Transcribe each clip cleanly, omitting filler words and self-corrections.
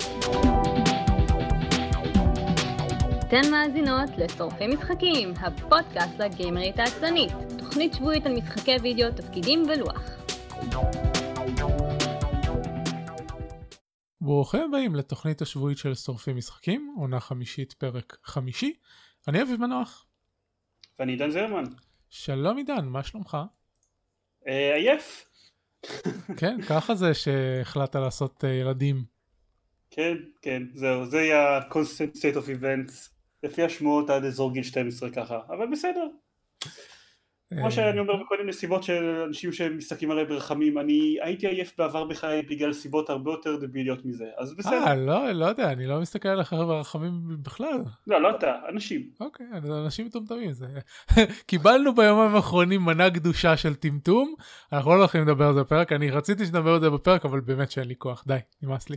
אתן מאזינות לשורפים משחקים, הפודקאסט לגיימרית העצלנית, תוכנית שבועית על משחקי וידאו, תפקידים ולוח. ברוכים הבאים לתוכנית השבועית של שורפים משחקים, עונה חמישית, פרק חמישי. אני אביב מנוח. ואני עידן זרמן. שלום עידן, מה שלומך? עייף. כן, ככה זה שהחלטת לעשות ילדים. כן, זהו, זה היה constant state of events, לפי השמועות עד אזור גיל 12 ככה, אבל בסדר. כמו שאני אומר בכל מיני סיבות של אנשים שמסתכלים עליי ברחמים, אני הייתי עייף בעבר בחיי בגלל סיבות הרבה יותר דביליות מזה, אז בסדר. לא יודע, אני לא מסתכל עליך ברחמים בכלל. לא אתה, אנשים. אוקיי, אנשים מטומטמים. קיבלנו ביומיים האחרונים מנה קדושה של טמטום, אנחנו לא הולכים לדבר על זה בפרק, אני רציתי שנדבר על זה בפרק, אבל באמת שאין לי כוח, די, נמאס לי.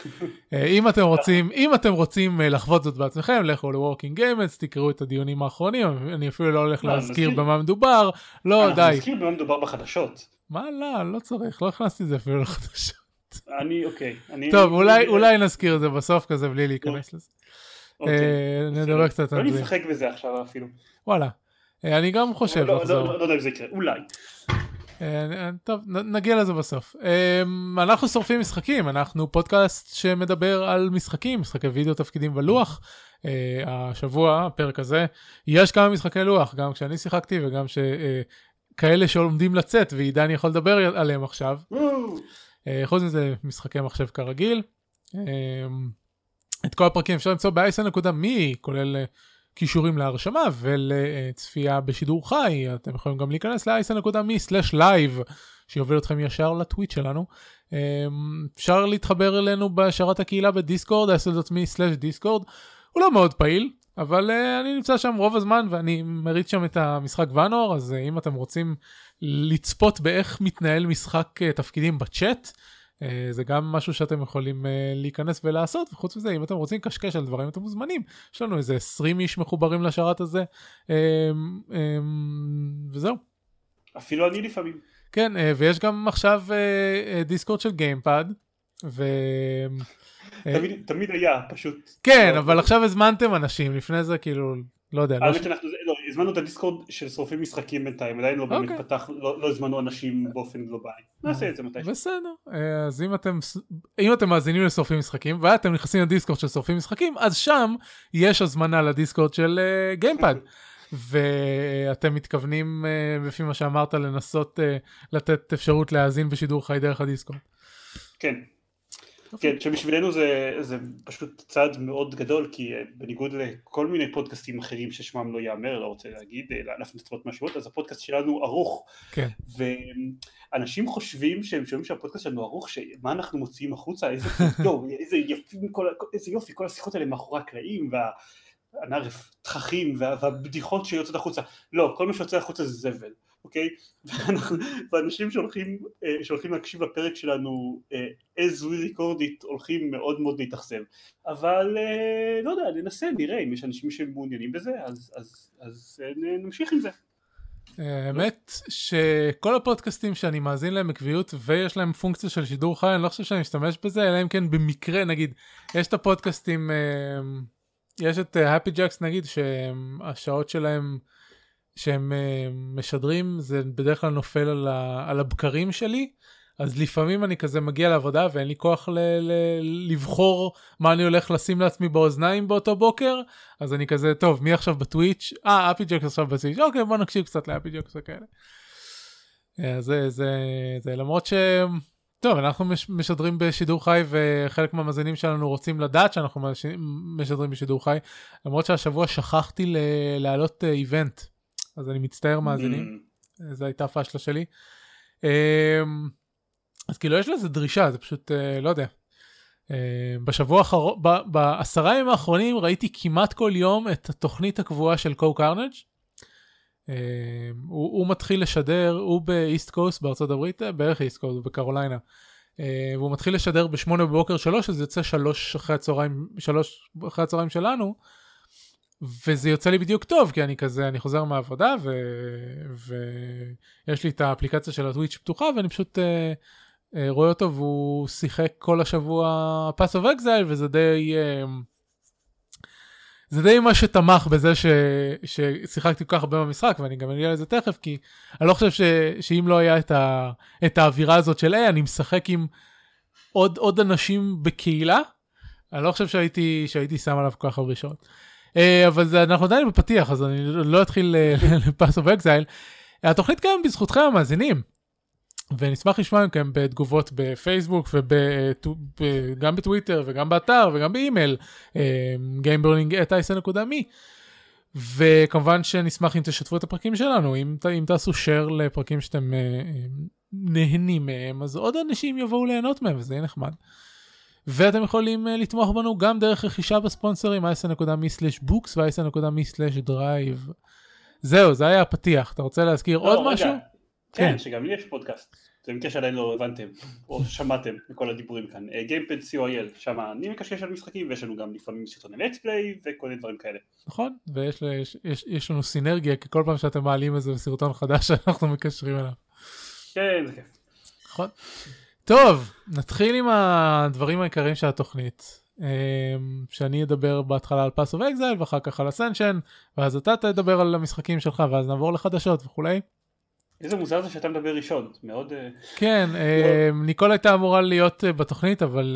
אם אתם רוצים לחוות זאת בעצמכם, לכו ל-Working Games, תקראו את הדיונים האחרונים, אני אפילו לא הולך להזכיר במה מדובר, לא, די. אנחנו נזכיר במה מדובר בחדשות. מה, לא צריך, לא הכנסתי את זה אפילו לחדשות. אוקיי. טוב, אולי נזכיר את זה בסוף כזה בלי להיכנס לזה. נדבר קצת על זה. לא נשחק בזה עכשיו אפילו. וואלה, אני גם חושב לחזור. לא יודע אם זה יקרה, אולי. טוב, נגיע לזה בסוף. אנחנו שורפים משחקים, אנחנו פודקאסט שמדבר על משחקים, משחקי וידאו, תפקידים ולוח. השבוע, הפרק הזה, יש כמה משחקי לוח, גם כשאני שיחקתי וגם כאלה שעומדים לצאת, ועידן יכול לדבר עליהם עכשיו. חוץ מזה, משחקי מחשב כרגיל. את כל הפרקים אפשר למצוא ב-ISN.me, כולל קישורים להרשמה ולצפייה בשידור חי. אתם יכולים גם להיכנס ל-ISN.me/live, שיוביל אתכם ישר לטוויט שלנו. אפשר להתחבר אלינו בשרת הקהילה בדיסקורד, ISN.me/discord. הוא לא מאוד פעיל, אבל אני נמצא שם רוב הזמן, ואני מריץ שם את המשחק ונור, אז אם אתם רוצים לצפות באיך מתנהל משחק תפקידים בצ'אט, זה גם משהו שאתם יכולים להיכנס ולעשות, וחוץ מזה, אם אתם רוצים קשקש על דברים, אתם מוזמנים. יש לנו איזה 20 איש מחוברים לשרת הזה, וזהו. אפילו אני לפעמים. כן, ויש גם עכשיו דיסקורד של גיימפד, תמיד היה, פשוט. כן, אבל עכשיו הזמנתם אנשים, לפני זה כאילו, לא יודע. הזמנו את הדיסקורד של שורפים משחקים בינתיים, עדיין לא באמת פתח, לא הזמנו אנשים באופן גלובלי. נעשה את זה מתי. בסדר, אז אם אתם מאזינים לשורפים משחקים, ואתם נכנסים לדיסקורד של שורפים משחקים, אז שם יש הזמנה לדיסקורד של גיימפד. ואתם מתכוונים, לפי מה שאמרת, לנסות לתת אפשרות להאזין בשידור חי דרך הדיסקורד. כן. כן, שבשבילנו זה פשוט צעד מאוד גדול, כי בניגוד לכל מיני פודקאסטים אחרים ששמם לא יאמר, לא רוצה להגיד, לענף נצטרות מהשבות, אז הפודקאסט שלנו ארוך. כן. ואנשים חושבים שהם שומעים שהפודקאסט שלנו ארוך, שמה אנחנו מוציאים החוצה, איזה יופי, כל השיחות האלה מאחורי הקלעים, והנערף, תככים, והבדיחות שיוצאות החוצה. לא, כל מה שיוצא החוצה זה זבל. אוקיי? ואנשים שהולכים להקשיב לפרק שלנו as we record it הולכים מאוד מאוד להתאכזב, אבל לא יודע, ננסה, נראה אם יש אנשים שמעוניינים בזה, אז נמשיך עם זה. האמת שכל הפודקאסטים שאני מאזין להם בקביעות ויש להם פונקציה של שידור חי, אני לא חושב שאני משתמש בזה, אלא אם כן במקרה, נגיד, יש את הפודקאסטים, יש את Happy Jacks נגיד, שהשעות שלהם שהם משדרים, זה בדרך כלל נופל על הבקרים שלי, אז לפעמים אני כזה מגיע לעבודה, ואין לי כוח לבחור מה אני הולך לשים לעצמי באוזניים באותו בוקר, אז אני כזה, טוב, מי עכשיו בטוויץ'? אפי ג'קס עכשיו בטוויץ', אוקיי, בוא נקשיב קצת לאפי ג'קס וכאלה. זה למרות ש... טוב, אנחנו משדרים בשידור חי, וחלק מהמאזינים שלנו רוצים לדעת שאנחנו משדרים בשידור חי, למרות שהשבוע שכחתי להעלות איבנט, אז אני מצטער מאזינים, זו הייתה פשלה שלי. אז כאילו יש לזה דרישה, זה פשוט, לא יודע. בשבוע האחרון, ב10 ימים האחרונים ראיתי כמעט כל יום את התוכנית הקבועה של קו קרנג'. הוא מתחיל לשדר, הוא באיסט קוסט בארצות הברית, בערך איסט קוסט, בקרוליינה. והוא מתחיל לשדר ב8 בבוקר 3, אז זה יוצא 3 אחרי הצהריים שלנו. וזה יוצא לי בדיוק טוב, כי אני חוזר מהעבודה, ויש לי את האפליקציה של הטוויץ' פתוחה, ואני פשוט רואה אותו והוא שיחק כל השבוע Path of Exile, וזה די מה שתמך בזה ששיחקתי כל כך הרבה במשחק, ואני גם אגיע לזה תכף, כי אני לא חושב שאם לא היה את האווירה הזאת של אני משחק עם עוד אנשים בקהילה, אני לא חושב שהייתי שם עליו כל כך הרבה שעות. אבל אנחנו עדיין בפתיח, אז אני לא אתחיל ל-Path of Exile. התוכנית קיים בזכותכם המאזינים, ונשמח לשמוע מכם בתגובות בפייסבוק, וגם בטוויטר, וגם באתר, וגם באימייל, gameburning@icen.me, וכמובן שנשמח אם תשתפו את הפרקים שלנו, אם תעשו share לפרקים שאתם נהנים מהם, אז עוד אנשים יבואו ליהנות מהם, וזה יהיה נחמד. ואתם יכולים לתמוך בנו גם דרך רכישה בספונסרים, icen.me/books ו-icen.me/drive. זהו, זה היה הפתיח. אתה רוצה להזכיר עוד משהו? כן, שגם לי יש פודקאסט. זה מקרה שעדיין לא הבנתם, או שמעתם בכל הדיבורים כאן. GamePad co.il, שם אני מקשקש על משחקים, ויש לנו גם לפעמים סרטוני לטספליי, וכל מיני דברים כאלה. נכון, ויש לנו סינרגיה, כי כל פעם שאתם מעלים איזה סרטון חדש, אנחנו מקשרים אליו. כן, זה כיף. נכון. טוב, נתחיל עם הדברים העיקריים של התוכנית. שאני אדבר בהתחלה על Path of Exile, ואחר כך על Ascension, ואז אתה תדבר על המשחקים שלך, ואז נעבור לחדשות וכולי. איזה מוזר זה שאתה מדבר ראשון, מאוד... כן, ניקול הייתה אמורה להיות בתוכנית, אבל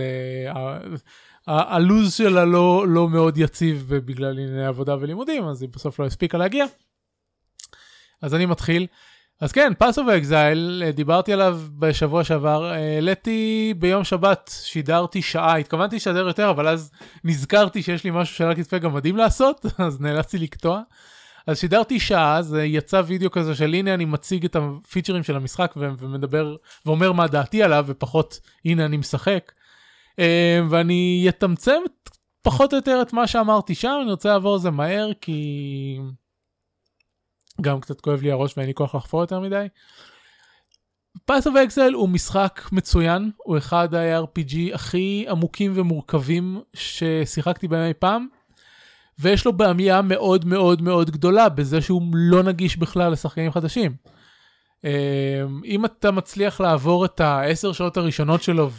הלוז שלה לא מאוד יציב בגלל ענייני עבודה ולימודים, אז היא בסוף לא הספיקה להגיע. אז אני מתחיל. אז כן, Path of Exile, דיברתי עליו בשבוע שעבר, העליתי ביום שבת, שידרתי שעה, התכוונתי לשדר יותר, אבל אז נזכרתי שיש לי משהו שעל כתפי גמדים לעשות, אז נאלצתי לקטוע. אז שידרתי שעה, זה יצא וידאו כזה של הנה אני מציג את הפיצ'רים של המשחק ומדבר ואומר מה דעתי עליו, ופחות הנה אני משחק. ואני יתמצם פחות או יותר את מה שאמרתי שם, אני רוצה לעבור זה מהר, כי גם קצת כואב לי הראש ואין לי כוח לחפור יותר מדי. Path of Exile הוא משחק מצוין, הוא אחד ה-RPG הכי עמוקים ומורכבים ששיחקתי בהם אי פעם, ויש לו בעיה מאוד מאוד מאוד גדולה בזה שהוא לא נגיש בכלל לשחקנים חדשים. אם אתה מצליח לעבור את 10 שעות הראשונות שלו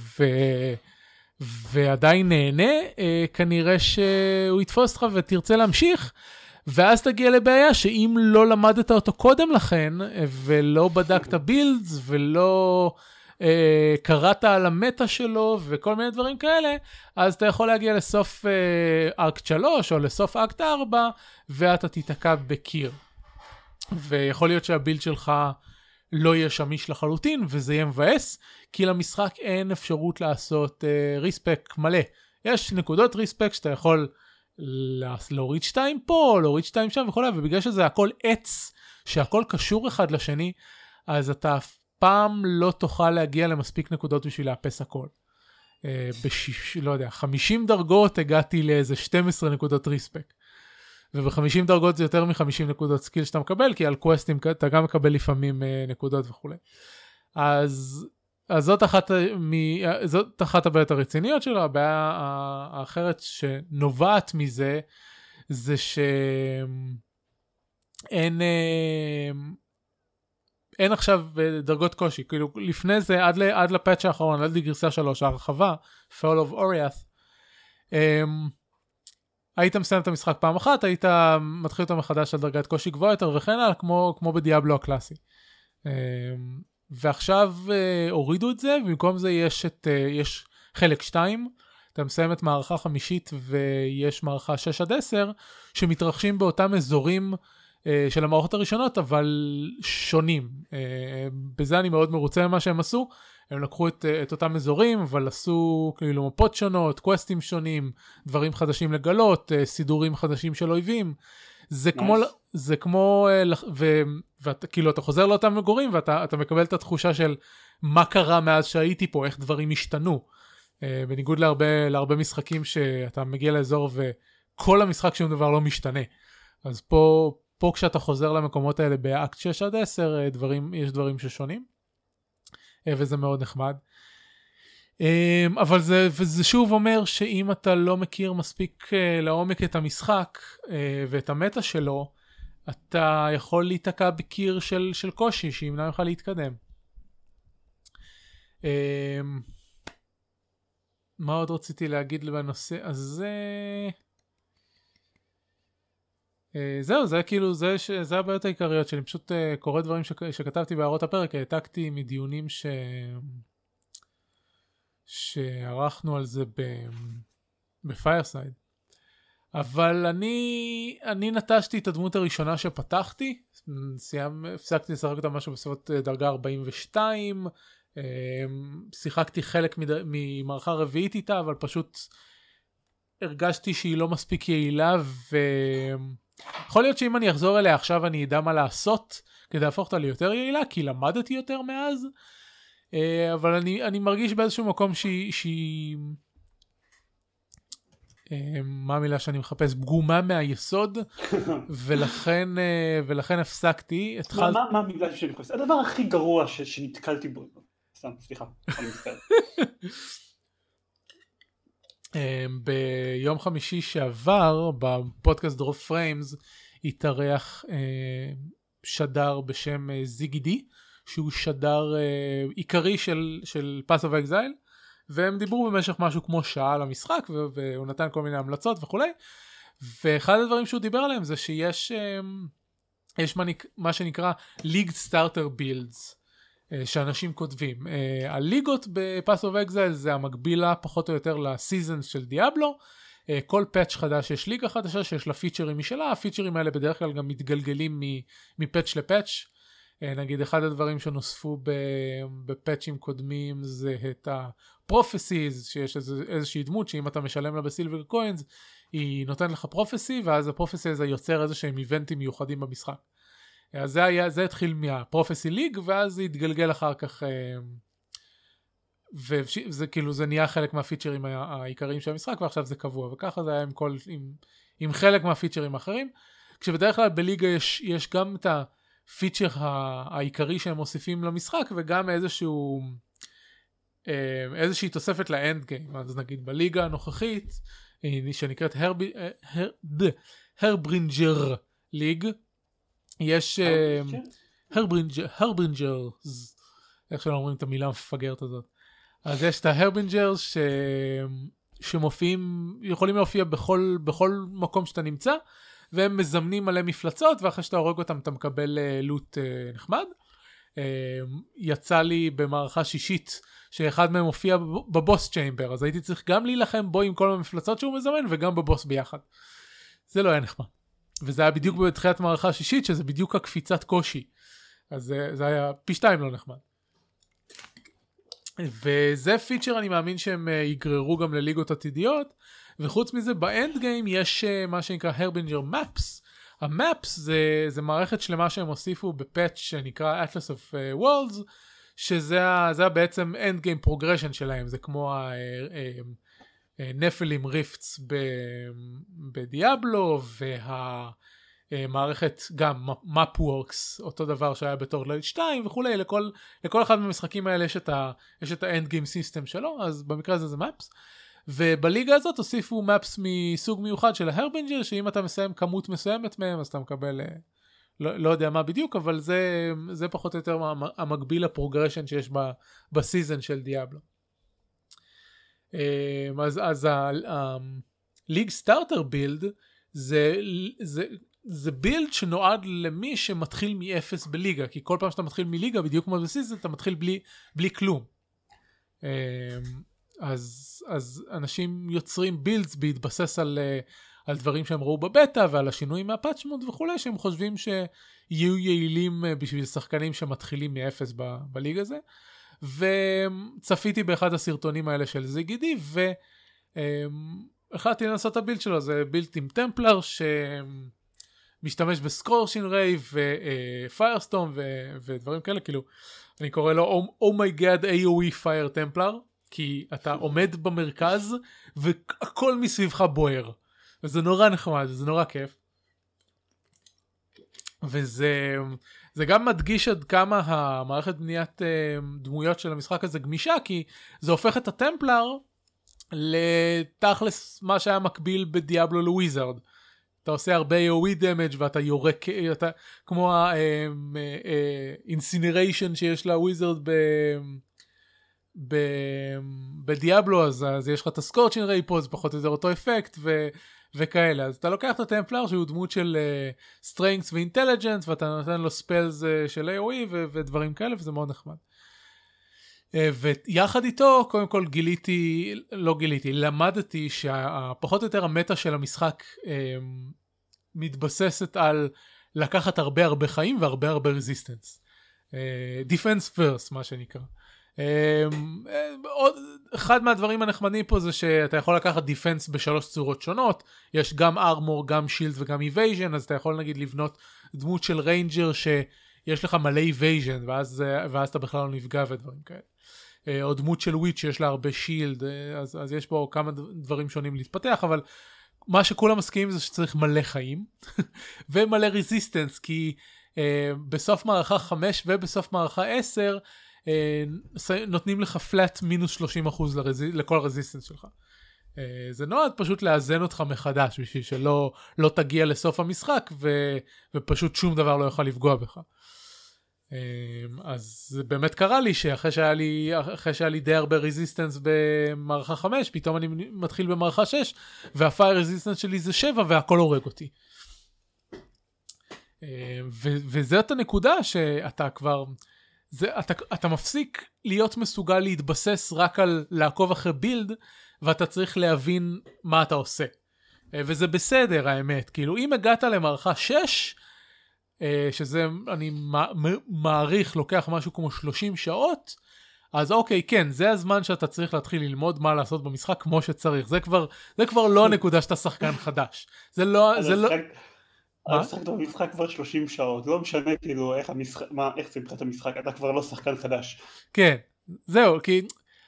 ועדיין נהנה, כנראה שהוא יתפוס אותך ותרצה להמשיך, ואז תגיע לבעיה שאם לא למדת אותו קודם לכן, ולא בדקת בילדס, ולא קראת על המטה שלו, וכל מיני דברים כאלה, אז אתה יכול להגיע לסוף אקט 3, או לסוף אקט 4, ואתה תיתקע בקיר. ויכול להיות שהבילד שלך לא יהיה שמיש לחלוטין, וזה יהיה מבאס, כי למשחק אין אפשרות לעשות ריספק מלא. יש נקודות ריספק שאתה יכול להוריד 2 פה, להוריד 2 שם וכו', ובגלל שזה הכל עץ, שהכל קשור אחד לשני, אז אתה אף פעם לא תוכל להגיע למספיק נקודות בשביל לאפס הכל. לא יודע, 50 דרגות הגעתי לאיזה 12 נקודות ריספק. וב-50 דרגות זה יותר מ-50 נקודות סקיל שאתה מקבל, כי על קווסטים אתה גם מקבל לפעמים נקודות וכו'. אז זאת אחת הבעיות הרציניות שלו. הבעיה האחרת שנובעת מזה, זה שאין עכשיו דרגות קושי. כאילו לפני זה, עד לפאץ' האחרון, עד לגרסה 3, ההרחבה, Fall of Oriath, היית מסיים את המשחק פעם אחת, היית מתחיל אותו מחדש על דרגת קושי גבוהה יותר, וכן הלאה, כמו בדיאבלו הקלאסי. ועכשיו הורידו את זה, ובמקום זה יש חלק 2, אתה מסיים את מערכה חמישית, ויש מערכה 6-10, שמתרחשים באותם אזורים של המערכות הראשונות, אבל שונים. בזה אני מאוד מרוצה ממה שהם עשו. הם לקחו את אותם אזורים, אבל עשו כאילו מפות שונות, קווסטים שונים, דברים חדשים לגלות, סידורים חדשים של אויבים. זה כמו, וכאילו אתה חוזר לאותם מגורים, ואתה מקבל את התחושה של מה קרה מאז שהייתי פה, איך דברים השתנו. בניגוד להרבה משחקים שאתה מגיע לאזור וכל המשחק שום דבר לא משתנה. אז פה כשאתה חוזר למקומות האלה באקט 6-10, יש דברים ששונים. וזה מאוד נחמד. אבל זה שוב אומר שאם אתה לא מכיר מספיק לעומק את המשחק ואת המטה שלו, אתה יכול להיתקע בקיר של קושי שימנע ממך להתקדם. מה עוד רציתי להגיד בנושא הזה? זהו, זה כאילו, זה הבעיות העיקריות שלי, פשוט קורא דברים שכתבתי בהערות הפרק, העתקתי מדיונים שערכנו על זה בפיירסייד. אבל אני נטשתי את הדמות הראשונה שפתחתי, הפסקתי לשחק אותה משהו בסביבות דרגה 42, שיחקתי חלק ממערכה רביעית איתה, אבל פשוט הרגשתי שהיא לא מספיק יעילה, ויכול להיות שאם אני אחזור אליה עכשיו אני אדע מה לעשות כדי להפוך אותה ליותר יעילה, כי למדתי יותר מאז, אבל אני מרגיש באיזשהו מקום שהיא מה המילה שאני מחפש? פגומה מהיסוד, ולכן הפסקתי. מה המילה שאני מחפש? הדבר הכי גרוע שנתקלתי בו. סליחה, אני מצטער. ביום חמישי שעבר, בפודקאסט דרופ פריימס, התארח שדר בשם זיגי די, שהוא שדר עיקרי של Path of Exile, והם דיברו במשך משהו כמו שעה על המשחק, והוא נתן כל מיני המלצות וכו'. ואחד הדברים שהוא דיבר עליהם זה שיש מה שנקרא League Starter Builds, שאנשים כותבים. הליגות ב-Path of Exile זה המקבילה פחות או יותר לסיזנס של דיאבלו. כל פאץ' חדש יש ליגה חדשה שיש לה פיצ'רים משלה, הפיצ'רים האלה בדרך כלל גם מתגלגלים מפאץ' לפאץ'. נגיד אחד הדברים שנוספו בפאצ'ים קודמים זה את הפרופסיז, שיש איזושהי דמות שאם אתה משלם לה בסילבר קוינס היא נותנת לך פרופסי, ואז הפרופסי הזה יוצר איזשהם איבנטים מיוחדים במשחק. אז זה התחיל מהפרופסי ליג, ואז זה התגלגל אחר כך, וזה כאילו זה נהיה חלק מהפיצ'רים העיקריים של המשחק, ועכשיו זה קבוע, וככה זה היה עם חלק מהפיצ'רים האחרים, כשבדרך כלל בליגה יש גם את הפיצ'ר העיקרי שהם מוסיפים למשחק, וגם איזושהי תוספת לאנד גיים. אז נגיד בליגה הנוכחית, שנקראת הרברינג'ר ליג, יש הרברינג'ר, איך שלא אומרים את המילה המפגרת הזאת. אז יש את ההרברינג'ר שמופיעים, יכולים להופיע בכל מקום שאתה נמצא, והם מזמנים מלא מפלצות, ואחרי שאתה הורג אותם אתה מקבל לוט נחמד. יצא לי במערכה שישית שאחד מהם הופיע בבוס צ'יימבר, אז הייתי צריך גם להילחם בו עם כל המפלצות שהוא מזמן, וגם בבוס ביחד. זה לא היה נחמד. וזה היה בדיוק בתחילת מערכה שישית, שזה בדיוק הקפיצת קושי. אז זה היה פי 2 לא נחמד. וזה פיצ'ר אני מאמין שהם יגררו גם לליגות עתידיות, וחוץ מזה באנד גיים יש מה שנקרא הרבינג'ר מפס. המפס זה מערכת שלמה שהם הוסיפו בפאץ' שנקרא Atlas of Worlds, שזה בעצם end game progression שלהם, זה כמו הנפלים ריפטס בדיאבלו, והמערכת גם MapWorks, אותו דבר שהיה בתור ליל 2 וכולי, לכל אחד מהמשחקים האלה יש את ה-end game system שלו, אז במקרה הזה זה מפס. ובליגה הזאת הוסיפו מפס מסוג מיוחד של ההרבינג'ר, שאם אתה מסיים כמות מסוימת מהם, אז אתה מקבל, לא יודע מה בדיוק, אבל זה פחות או יותר המקביל לפרוגרשן שיש בסיזן של דיאבלו. אז הליג סטארטר בילד, זה בילד שנועד למי שמתחיל מאפס בליגה, כי כל פעם שאתה מתחיל מליגה, בדיוק כמו בסיזן, אתה מתחיל בלי כלום. אז אנשים יוצרים בילדס בהתבסס על דברים שהם ראו בבטא ועל השינויים מהפאצ'מנט וכולי, שהם חושבים שיהיו יעילים בשביל שחקנים שמתחילים מאפס בליג הזה. וצפיתי באחד הסרטונים האלה של זיגידי, והחלטתי לנסות את הבילד שלו. זה בילד עם טמפלר שמשתמש בסקורשין רייב ופיירסטום ודברים כאלה, כאילו אני קורא לו Oh my God AOE Fire Templar, כי אתה עומד במרכז והכל מסביבך בוער, וזה נורא נחמד, זה נורא כיף, וזה גם מדגיש עד כמה המערכת בניית דמויות של המשחק הזה גמישה, כי זה הופך את הטמפלר לתכלס מה שהיה מקביל בדיאבלו לוויזרד. אתה עושה הרבה AOE דמג' ואתה יורק, אתה כמו האינסיניריישן שיש לוויזרד בדיאבלו אז יש לך את הסקורצ'ין ריי פה, זה פחות או יותר אותו אפקט וכאלה. אז אתה לוקח את הטמפלר שהוא דמות של strength ואינטליג'נס, ואתה נותן לו ספלס של AOE ודברים כאלה, וזה מאוד נחמד. ויחד איתו, קודם כל למדתי שפחות או יותר המטה של המשחק מתבססת על לקחת הרבה חיים והרבה רזיסטנס. Defense first, מה שנקרא. אחד מהדברים הנחמדים פה זה שאתה יכול לקחת דיפנס בשלוש צורות שונות, יש גם ארמור, גם שילד וגם איבייז'ן, אז אתה יכול נגיד לבנות דמות של ריינג'ר שיש לך מלא איבייז'ן, ואז אתה בכלל לא נפגע ודברים כאלה. או דמות של וויץ' שיש לה הרבה שילד, אז יש פה כמה דברים שונים להתפתח, אבל מה שכולם מסכימים זה שצריך מלא חיים, ומלא רזיסטנס, כי בסוף מערכה 5 ובסוף מערכה 10, נותנים לך פלט מינוס 30% לכל הרזיסטנס שלך. זה נועד פשוט לאזן אותך מחדש, בשביל שלא תגיע לסוף המשחק, ופשוט שום דבר לא יוכל לפגוע בך. אז זה באמת קרה לי, שאחרי שהיה לי די הרבה רזיסטנס במערכה 5, פתאום אני מתחיל במערכה 6, והפייר רזיסטנס שלי זה 7, והכל הורג אותי. וזאת הנקודה שאתה כבר... אתה מפסיק להיות מסוגל להתבסס רק על לעקוב אחרי בילד, ואתה צריך להבין מה אתה עושה. וזה בסדר, האמת. כאילו, אם הגעת למערכה 6, שזה, אני מעריך, לוקח משהו כמו 30 שעות, אז אוקיי, כן, זה הזמן שאתה צריך להתחיל ללמוד מה לעשות במשחק כמו שצריך. זה כבר לא הנקודה שאתה שחקן חדש. זה לא... אני שחקת במשחק כבר 30 שעות, לא משנה כאילו איך זה מבחינת המשחק, אתה כבר לא שחקן חדש. כן, זהו, כי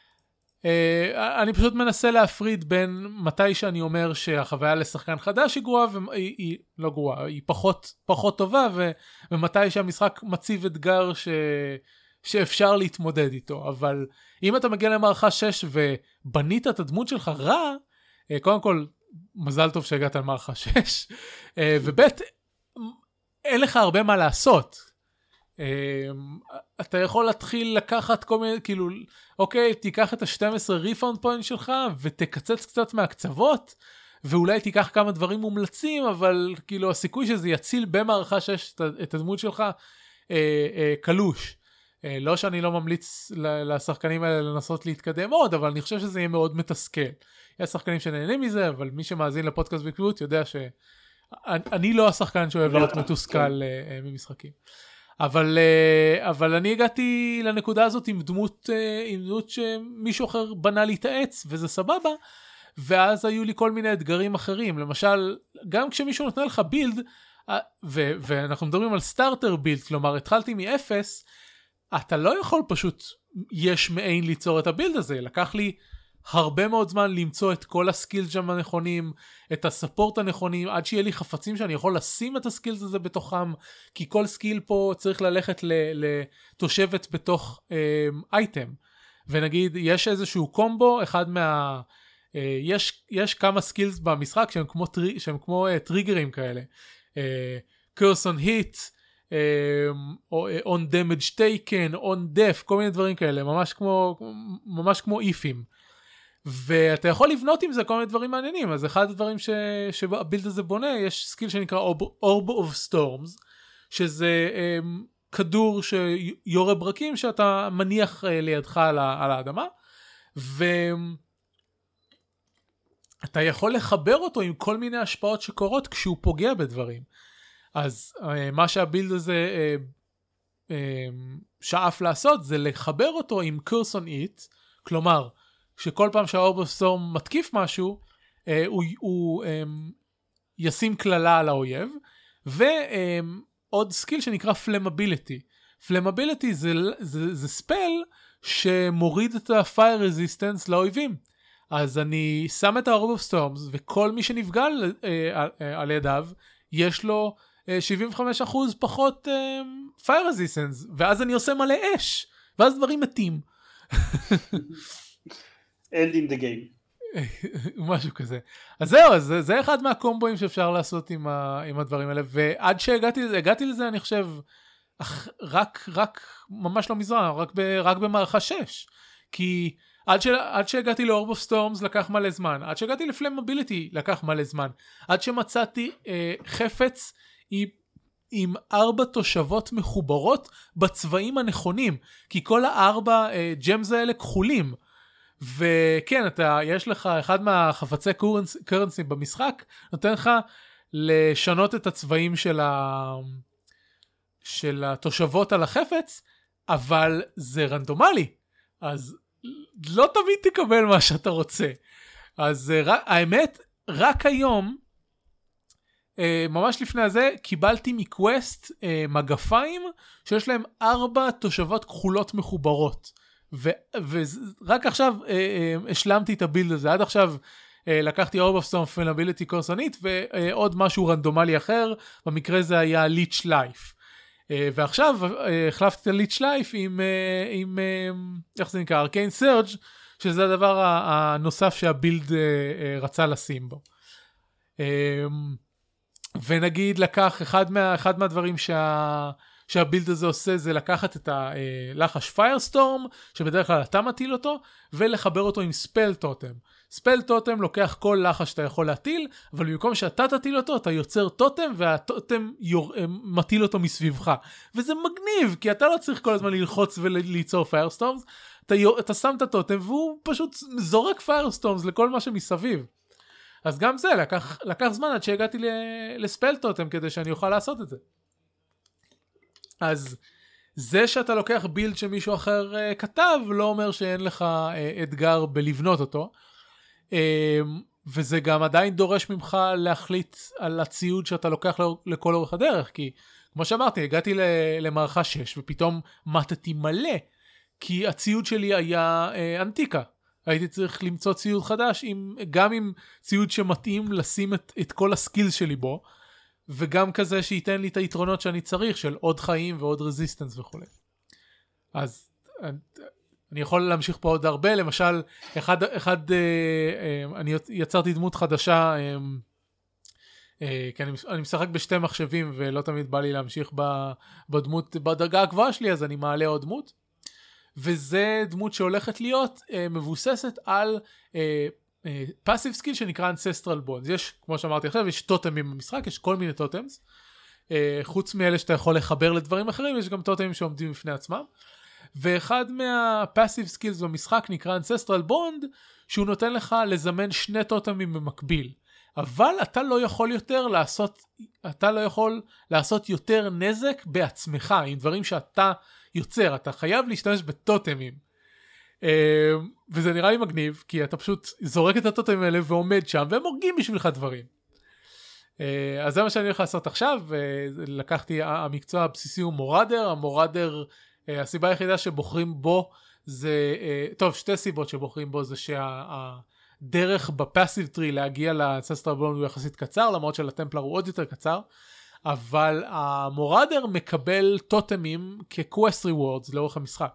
אני פשוט מנסה להפריד בין מתי שאני אומר שהחוויה לשחקן חדש היא גרועה, והיא לא גרועה, היא פחות טובה, ומתי שהמשחק מציב אתגר שאפשר להתמודד איתו. אבל אם אתה מגיע למערכה 6 ובנית את הדמות שלך רע, קודם כל, מזל טוב שהגעת על מערכה 6, ובית, אין לך הרבה מה לעשות. אתה יכול להתחיל לקחת כל מיני, כאילו, אוקיי, תיקח את ה-12 ריפאונד פוינט שלך, ותקצץ קצת מהקצוות, ואולי תיקח כמה דברים מומלצים, אבל כאילו הסיכוי שזה יציל במערכה 6 את הדמות שלך, קלוש. לא שאני לא ממליץ לשחקנים האלה לנסות להתקדם עוד, אבל אני חושב שזה יהיה מאוד מתסכל. יש שחקנים שנהנים מזה, אבל מי שמאזין לפודקאסט בקביעות יודע שאני לא השחקן שאוהב להיות מתוסכל ממשחקים. אבל אני הגעתי לנקודה הזאת עם דמות שמישהו אחר בנה לי את העץ, וזה סבבה, ואז היו לי כל מיני אתגרים אחרים. למשל, גם כשמישהו נותן לך בילד, ואנחנו מדברים על סטארטר בילד, כלומר התחלתי מ-0, אתה לא יכול פשוט יש מאין ליצור את הבילד הזה. לקח לי הרבה מאוד זמן למצוא את כל הסקילס שם הנכונים, את הספורט הנכונים, עד שיהיה לי חפצים שאני יכול לשים את הסקילס הזה בתוכם, כי כל סקיל פה צריך ללכת לתושבת בתוך אייטם. ונגיד, יש איזשהו קומבו, יש כמה סקילס במשחק שהם כמו טריגרים כאלה. curse on hit, on damage taken, on death, כל מיני דברים כאלה, ממש כמו איפים. ואתה יכול לבנות עם זה כל מיני דברים מעניינים. אז אחד הדברים שהבילד הזה בונה, יש סקיל שנקרא Orb of Storms, שזה כדור שיורה ברקים שאתה מניח לידך על האדמה, ואתה יכול לחבר אותו עם כל מיני השפעות שקורות כשהוא פוגע בדברים. אז מה שהבילד הזה שאף לעשות זה לחבר אותו עם curse on it, כלומר שכל פעם שהאורב אוף סטורם מתקיף משהו, הוא ישים כללה על האויב, ועוד סקיל שנקרא פלמביליטי. פלמביליטי זה ספל שמוריד את ה-fire resistance לאויבים. אז אני שם את האורב אוף סטורמס, וכל מי שנפגע על ידיו, יש לו 75% פחות fire resistance, ואז אני עושה מלא אש, ואז דברים מתים. end in the game. משהו כזה. אז זהו, זה אחד מהקומבואים שאפשר לעשות עם הדברים האלה, ועד שהגעתי לזה, אני חושב, רק ממש לא מזרע, רק במערכה 6. כי עד שהגעתי ל-Orb of Storms לקח מלא זמן, עד שהגעתי ל-Flammability לקח מלא זמן, עד שמצאתי חפץ עם 4 תושבות מחוברות בצבעים הנכונים, כי כל 4 ג'מס האלה כחולים, וכן, יש לך אחד מהחפצי קרנסי במשחק, נותן לך לשנות את הצבעים של התושבות על החפץ, אבל זה רנדומלי, אז לא תמיד תקבל מה שאתה רוצה. אז האמת, רק היום, ממש לפני הזה, קיבלתי מקווסט מגפיים, שיש להם 4 תושבות כחולות מחוברות. ורק עכשיו השלמתי את הבילד הזה. עד עכשיו לקחתי Orb of Storms Flammability קורסונית, ועוד משהו רנדומלי אחר, במקרה זה היה Leech Life. ועכשיו החלפתי את ה-Leech Life עם איך זה נקרא? Arcane Surge, שזה הדבר הנוסף שהבילד רצה לשים בו. ונגיד לקח, אחד מהדברים שהבילד הזה עושה, זה לקחת את הלחש Firestorm, שבדרך כלל אתה מטיל אותו, ולחבר אותו עם ספל טוטם. ספל טוטם לוקח כל לחש שאתה יכול להטיל, אבל במקום שאתה תטיל אותו, אתה יוצר טוטם, והטוטם מטיל אותו מסביבך. וזה מגניב, כי אתה לא צריך כל הזמן ללחוץ וליצור Firestorms, אתה שם את הטוטם, והוא פשוט זורק Firestorms לכל מה שמסביב. אז גם זה לקח זמן עד שהגעתי לספל טוטם, כדי שאני אוכל לעשות את זה. אז זה שאתה לוקח בילד שמישהו אחר כתב, לא אומר שאין לך אתגר בלבנות אותו, וזה גם עדיין דורש ממך להחליט על הציוד שאתה לוקח לכל אורך הדרך, כי כמו שאמרתי, הגעתי למערכה 6, ופתאום מתתי מלא, כי הציוד שלי היה אנטיקה. הייתי צריך למצוא ציוד חדש, גם עם ציוד שמתאים לשים את כל הסקילס שלי בו, וגם כזה שייתן לי את היתרונות שאני צריך, של עוד חיים ועוד רזיסטנס וכו'. אז אני יכול להמשיך פה עוד הרבה, למשל, אני יצרתי דמות חדשה, כי אני משחק בשתי מחשבים, ולא תמיד בא לי להמשיך בדמות, בדרגה הגבוהה שלי, אז אני מעלה עוד דמות, וזה דמות שהולכת להיות מבוססת על פאסיב סקיל שנקרא Ancestral Bonds. יש, כמו שאמרתי עכשיו, יש טוטמים במשחק, יש כל מיני טוטמס, חוץ מאלה שאתה יכול לחבר לדברים אחרים, יש גם טוטמים שעומדים בפני עצמם, ואחד מהפאסיב סקילס במשחק נקרא Ancestral Bond, שהוא נותן לך לזמן 2 טוטמים במקביל, אבל אתה לא יכול לעשות יותר נזק בעצמך, עם דברים שאתה יוצר, אתה חייב להשתמש בטוטמים, וזה נראה לי מגניב, כי אתה פשוט זורק את הטוטמים האלה ועומד שם, והם הורגים בשבילך דברים. אז זה מה שאני הולך לעשות עכשיו, לקחתי, המקצוע הבסיסי הוא מורדר, המורדר, הסיבה היחידה שבוחרים בו, זה, טוב, 2 סיבות שבוחרים בו, זה שהדרך בפאסיב טרי להגיע לאנססטרל בונד הוא יחסית קצר, למרות שלטמפלר הוא עוד יותר קצר, אבל המורדר מקבל טוטמים כקווסט ריוורדס לאורך המשחק.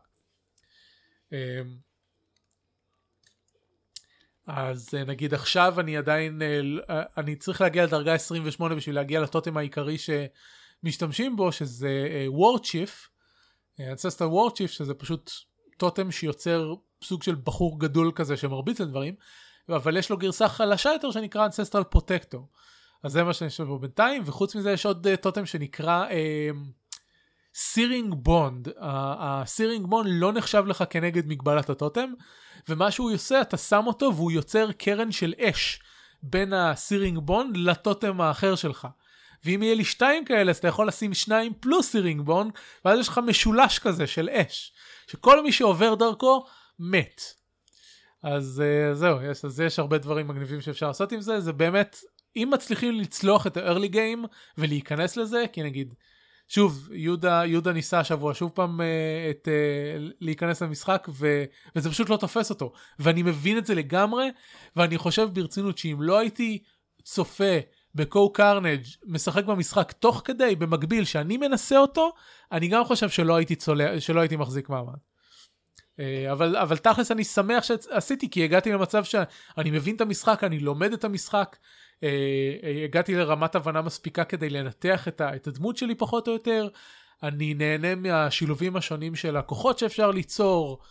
אז נגיד עכשיו אני צריך להגיע לדרגה 28 בשביל להגיע לטוטם העיקרי שמשתמשים בו, שזה וורדשיף, Ancestral Wardchief, שזה פשוט טוטם שיוצר סוג של בחור גדול כזה שמרביץ לדברים, אבל יש לו גרסה חלשה יותר שנקרא Ancestral Protector. אז זה מה שאני חושב בו בינתיים, וחוץ מזה יש עוד טוטם שנקרא Searing Bond. ה-Searing Bond לא נחשב לך כנגד מגבלת הטוטם, ומה שהוא עושה, אתה שם אותו והוא יוצר קרן של אש בין ה-Searing Bond לטוטם האחר שלך. ואם יהיה לי 2 כאלה, אז אתה יכול לשים 2 פלוס Searing Bond, ואז יש לך משולש כזה של אש, שכל מי שעובר דרכו מת. אז זהו, אז יש הרבה דברים מגניבים שאפשר לעשות עם זה. זה באמת, אם מצליחים לצלוח את ה-early game ולהיכנס לזה, כי נגיד, שוב, יהודה ניסה השבוע שוב פעם להיכנס למשחק, וזה פשוט לא תופס אותו. ואני מבין את זה לגמרי, ואני חושב ברצינות שאם לא הייתי צופה בקו קרנג' משחק במשחק תוך כדי, במקביל שאני מנסה אותו, אני גם חושב שלא הייתי מחזיק מעמד. אבל תכלס אני שמח שעשיתי, כי הגעתי למצב שאני מבין את המשחק, אני לומד את המשחק, הגעתי לרמת הבנה מספיקה כדי לנתח את הדמות שלי פחות או יותר, אני נהנה מהשילובים השונים של הכוחות שאפשר ליצור,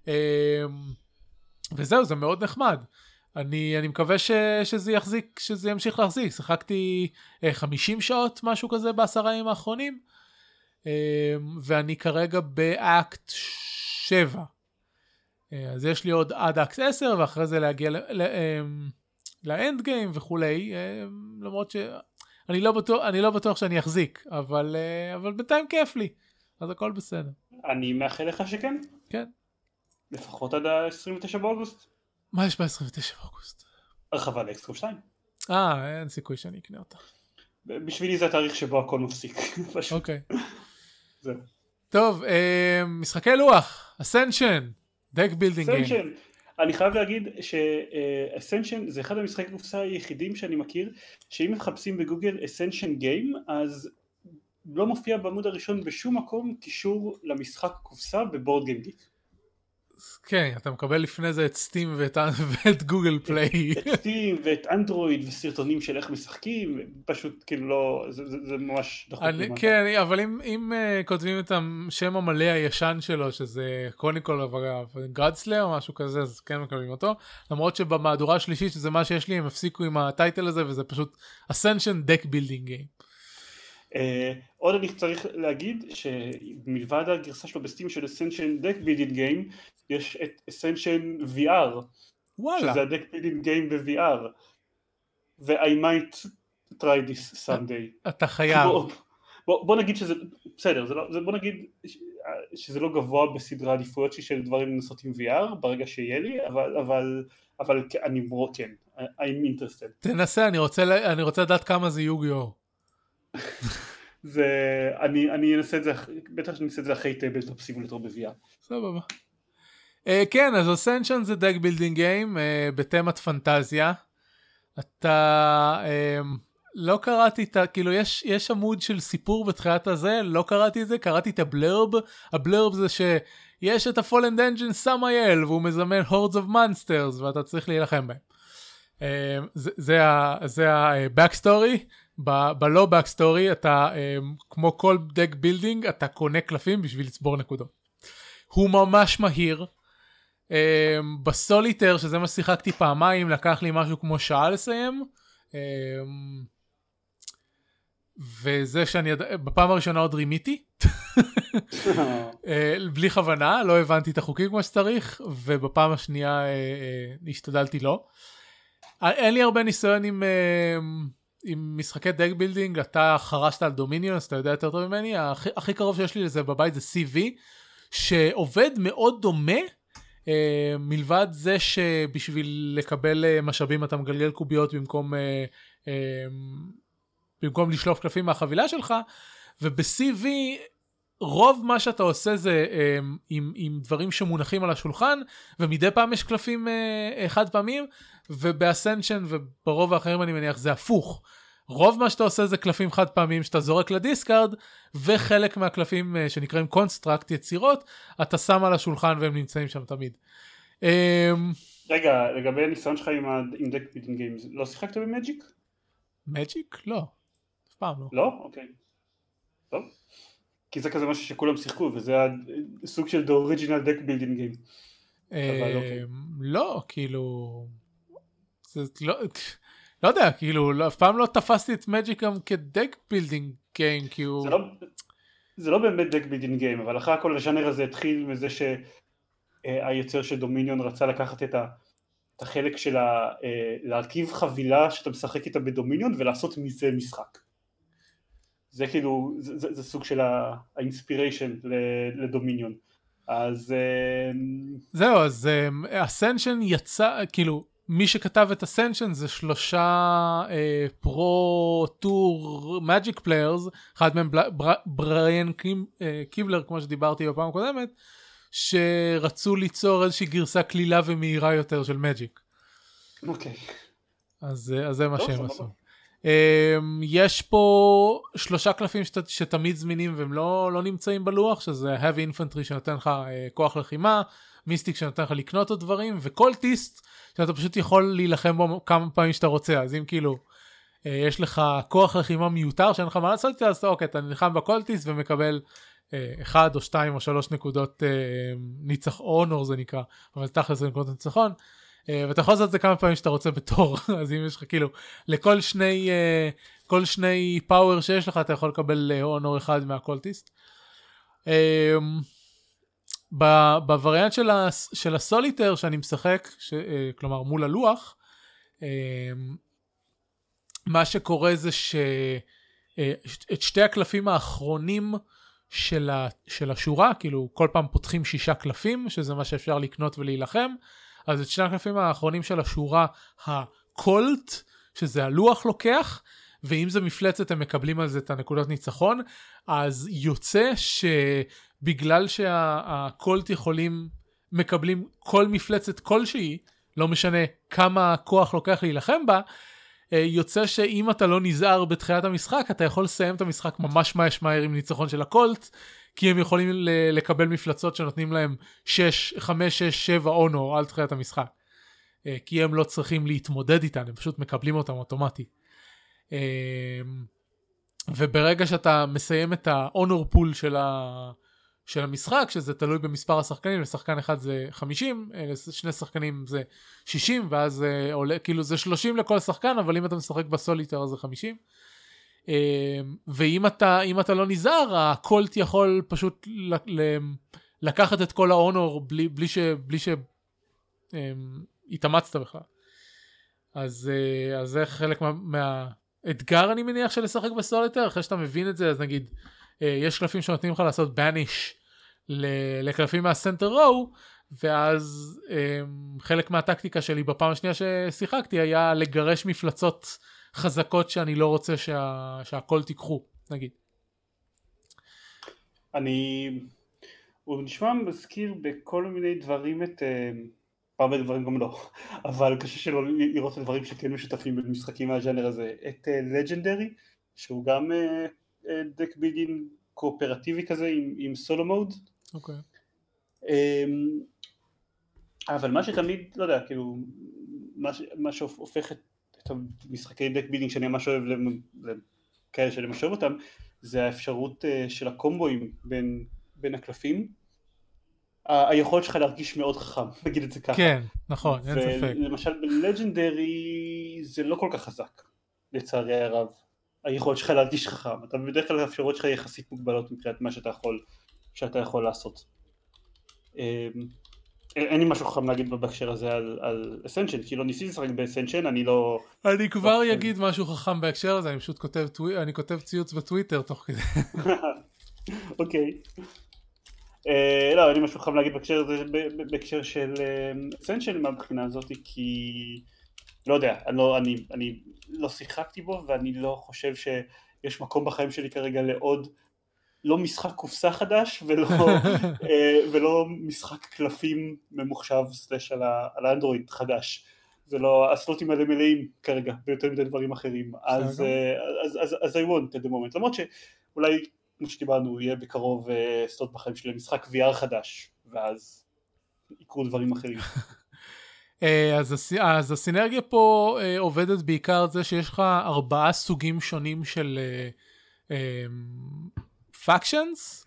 וזהו, זה מאוד נחמד. אני מקווה שזה יחזיק, שזה ימשיך להחזיק. שיחקתי 50 שעות, משהו כזה ב10 ימים האחרונים, ואני כרגע באקט 7. אז יש לי עוד עד אקט 10, ואחרי זה להגיע לאנד גיים וכולי, למרות שאני לא בטוח שאני אחזיק, אבל בינתיים כיף לי, אז הכל בסדר. אני מאחל לך שכן. כן. לפחות עד ה-29 באוגוסט. מה יש ב-29 באוגוסט? הרחבה לאקסקום 2. אין סיכוי שאני אקנה אותה. בשבילי זה התאריך שבו הכל מפסיק. אוקיי. זהו. טוב, משחקי לוח, אסנשן, דק בילדינג גיים. אסנשן, אני חייב להגיד שאסנשן זה אחד המשחקי קופסה היחידים שאני מכיר, שאם מחפשים בגוגל אסנשן גיים, אז לא מופיע בעמוד הראשון בשום מקום קישור למשחק קופסה בבורד גיים גיק. כן, אתה מקבל לפני זה את סטים ואת גוגל פליי. את סטים ואת אנדרואיד וסרטונים של איך משחקים, פשוט כאילו לא, זה ממש דחוק. כן, אבל אם כותבים את השם המלא הישן שלו, שזה קוניקול גרדסלר או משהו כזה, אז כן מקבלים אותו. למרות שבמהדורה השלישית, שזה מה שיש לי, הם הפסיקו עם הטייטל הזה, וזה פשוט Ascension Deck Building Game. עוד אני צריך להגיד שמלבד הגרסה שלו בסטים של Ascension Deck Building Game, יש את Ascension VR, שזה ה-Deck Building Game ב-VR, ו-I might try this someday. אתה חייב. בוא נגיד שזה, בסדר, בוא נגיד שזה לא גבוה בסדרה עדיפויות של דברים לנסות עם VR, ברגע שיהיה לי, אבל אני כן, I'm interested. תנסה, אני רוצה לדעת כמה זה יוגיו. אני אנסה את זה, בטח שאני אנסה את זה אחרי טייבלטופ סימולטור ב-VR. סבבה. כן, אז Ascension זה דק בילדינג גיים בתמת פנטזיה. אתה לא קראתי את, כאילו יש עמוד של סיפור בתחילת הזה, לא קראתי את זה, קראתי את הבלרב. הבלרב זה שיש את הפולנד אנג'ין סמייל, והוא מזמן הורדס אוף מונסטרס, ואתה צריך להילחם בהם. זה ה-backstory. בלא backstory אתה, כמו כל דק בילדינג, אתה קונה קלפים בשביל לצבור נקודות. הוא ממש מהיר. בסוליטר, שזה מה ששיחקתי פעמיים, לקח לי משהו כמו שעה לסיים. וזה שאני בפעם הראשונה עוד רימיתי. בלי כוונה, לא הבנתי את החוקים כמו שצריך, ובפעם השנייה השתדלתי לא. אין לי הרבה ניסיון עם משחקי דק בילדינג. אתה חרשת על דומיניון, אז אתה יודע יותר טוב ממני. הכי קרוב שיש לי לזה בבית זה CV, שעובד מאוד דומה, מלבד זה שבשביל לקבל משאבים אתה מגלגל קוביות במקום לשלוף קלפים מהחבילה שלך, וב-CV רוב מה שאתה עושה זה עם דברים שמונחים על השולחן, ומדי פעם יש קלפים חד פעמים, ובאסנשן וברוב האחרים אני מניח זה הפוך. רוב מה שאתה עושה זה קלפים חד פעמים שאתה זורק לדיסקארד, וחלק מהקלפים שנקראים קונסטרקט, יצירות, אתה שם על השולחן והם נמצאים שם תמיד. רגע, לגבי הניסיון שלך עם דק בילדינג גיימס, לא שיחקת במג'יק? מג'יק? לא. אף פעם לא. לא? אוקיי. טוב. כי זה כזה משהו שכולם שיחקו, וזה סוג של the original deck building game. לא, כאילו... לא יודע, כאילו, אף פעם לא תפסתי את מג'יק גם כדק בילדינג גיים, כאילו... זה לא באמת דק בילדינג גיים, אבל אחרי הכל הז'אנר הזה התחיל מזה שהיוצר של דומיניון רצה לקחת את החלק של להרכיב חבילה שאתה משחק איתה בדומיניון, ולעשות מזה משחק. זה כאילו, זה סוג של האינספיריישן לדומיניון. אז... זהו, אז אסנשן יצא, כאילו, מי שכתב את אסנשן זה 3 פרו-טור מג'יק פליירס, אחד מהם בריאן קיבלר, כמו שדיברתי בפעם הקודמת, שרצו ליצור איזושהי גרסה כלילה ומהירה יותר של מג'יק. אוקיי. אז זה מה שהם עשו. יש פה 3 קלפים שתמיד זמינים והם לא נמצאים בלוח, שזה heavy infantry שנותן לך כוח לחימה, מיסטיק שנותן לך לקנות את הדברים, וקולטיסט שאתה פשוט יכול להילחם בו כמה פעמים שאתה רוצה. אז אם כאילו יש לך כוח לחימה מיותר שאין לך מה לעשות, אז אוקיי, אתה נלחם בקולטיסט ומקבל 1 או 2 או 3 נקודות ניצחון, או זה נקרא, אבל תכל'ס זה נקודות ניצחון, ואתה יכול לעשות את זה כמה פעמים שאתה רוצה בתור, אז אם יש לך כאילו, לכל שני פאוור שיש לך, אתה יכול לקבל אונור אחד מהקולטיסט. בווריאנט של הסוליטר שאני משחק, כלומר מול הלוח, מה שקורה זה שאת שתי הקלפים האחרונים של השורה, כאילו כל פעם פותחים 6 קלפים, שזה מה שאפשר לקנות ולהילחם, אז את שני הקלפים האחרונים של השורה, הקולט, שזה הלוח לוקח, ואם זה מפלצת הם מקבלים על זה את הנקודות ניצחון, אז יוצא שבגלל שהקולט מקבלים כל מפלצת כלשהי, לא משנה כמה כוח לוקח להילחם בה, יוצא שאם אתה לא נזהר בתחילת המשחק, אתה יכול לסיים את המשחק ממש מהר עם ניצחון של הקולט, כי הם יכולים לקבל מפלצות שנותנים להם 5, 6, 7 אונור על תחילת המשחק. כי הם לא צריכים להתמודד איתן, הם פשוט מקבלים אותם אוטומטי. וברגע שאתה מסיים את האונור פול של המשחק, שזה תלוי במספר השחקנים, לשחקן אחד זה 50, לשני שחקנים זה 60, ואז עולה, כאילו זה 30 לכל שחקן, אבל אם אתה משחק בסוליטר זה 50. ואם אתה לא נזהר, הקולט יכול פשוט לקחת את כל האונור בלי שהתאמצת בכלל. אז זה חלק מהאתגר, אני מניח, של לשחק בסוליטר. אחרי שאתה מבין את זה, אז נגיד, יש קלפים שנותנים לך לעשות בניש לקלפים מהסנטר רו, ואז חלק מהטקטיקה שלי בפעם השנייה ששיחקתי היה לגרש מפלצות חזקות שאני לא רוצה שהכל תיקחו, נגיד. הוא נשמע מזכיר בכל מיני דברים הרבה דברים גם לא, אבל קשה שלא לראות את הדברים שכן משותפים במשחקים מהז'אנר הזה. את לג'נדרי, שהוא גם דק בילדינג קואופרטיבי כזה עם סולו מוד. אוקיי. אבל מה שתמיד, לא יודע, כאילו, מה שהופך את המשחקי דק בילדינג שאני ממש אוהב לכאלה שלמשוב אותם, זה האפשרות של הקומבואים בין הקלפים. היכולת שלך להרגיש מאוד חכם, נגיד את זה ככה. כן, נכון, אין ספק. ולמשל בלג'נדרי זה לא כל כך חזק, לצערי הרב. היכולת שלך להרגיש חכם. אתה בדרך כלל האפשרות שלך יחסית מוגבלות מבחינת מה שאתה יכול לעשות. אין לי משהו חכם להגיד בהקשר הזה על אסנשן, כי לא ניסיתי לשחק באסנשן, אני לא... אני כבר אגיד משהו חכם בהקשר הזה, אני פשוט כותב ציוץ בטוויטר תוך כדי. אוקיי. לא, אין לי משהו חכם להגיד בהקשר של אסנשן מהבחינה הזאת, כי... לא יודע, אני לא שיחקתי בו, ואני לא חושב שיש מקום בחיים שלי כרגע לעוד, לא משחק קופסה חדש, ולא משחק קלפים ממוחשב סלש על האנדרואיד חדש. זה לא, הסלוטים האלה מלאים כרגע, ביותר מדי דברים אחרים. אז I want at the moment. למרות שאולי, כמו שדיברנו, יהיה בקרוב סלוט בחיים שלי למשחק VR חדש, ואז יקרו דברים אחרים. אז הסינרגיה פה עובדת בעיקר זה שיש לך 4 סוגים שונים של פאקשנס,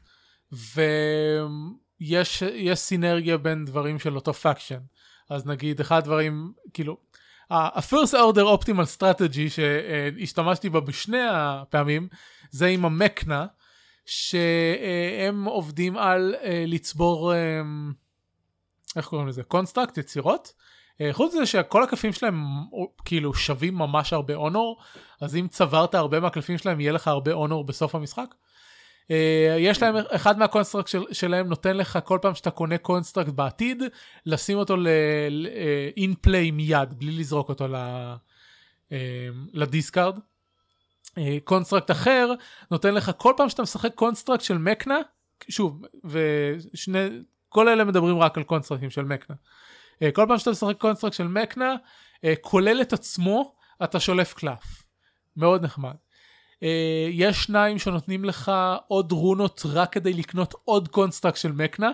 ויש סינרגיה בין דברים של אותו פאקשן. אז נגיד אחד דברים, כאילו, ה-First Order Optimal Strategy שהשתמשתי בה בשני הפעמים, זה עם המקנה, שהם עובדים על לצבור, איך קוראים לזה? קונסטרקט, יצירות. חוץ מזה שכל הקלפים שלהם כאילו שווים ממש הרבה אונור, אז אם צברת הרבה מהקלפים שלהם יהיה לך הרבה אונור בסוף המשחק. יש להם, אחד מהקונסטרקט שלהם נותן לך כל פעם שאתה קונה קונסטרקט בעתיד, לשים אותו in play מיד, בלי לזרוק אותו לדיסקארד. קונסטרקט אחר נותן לך כל פעם שאתה משחק קונסטרקט של מקנה, שוב, כל אלה מדברים רק על קונסטרקטים של מקנה. כל פעם שאתה משחק קונסטרקט של מקנה, כולל את עצמו, אתה שולף קלף. מאוד נחמד. יש 2 שנותנים לך עוד רונות רק כדי לקנות עוד קונסטרקט של מקנה.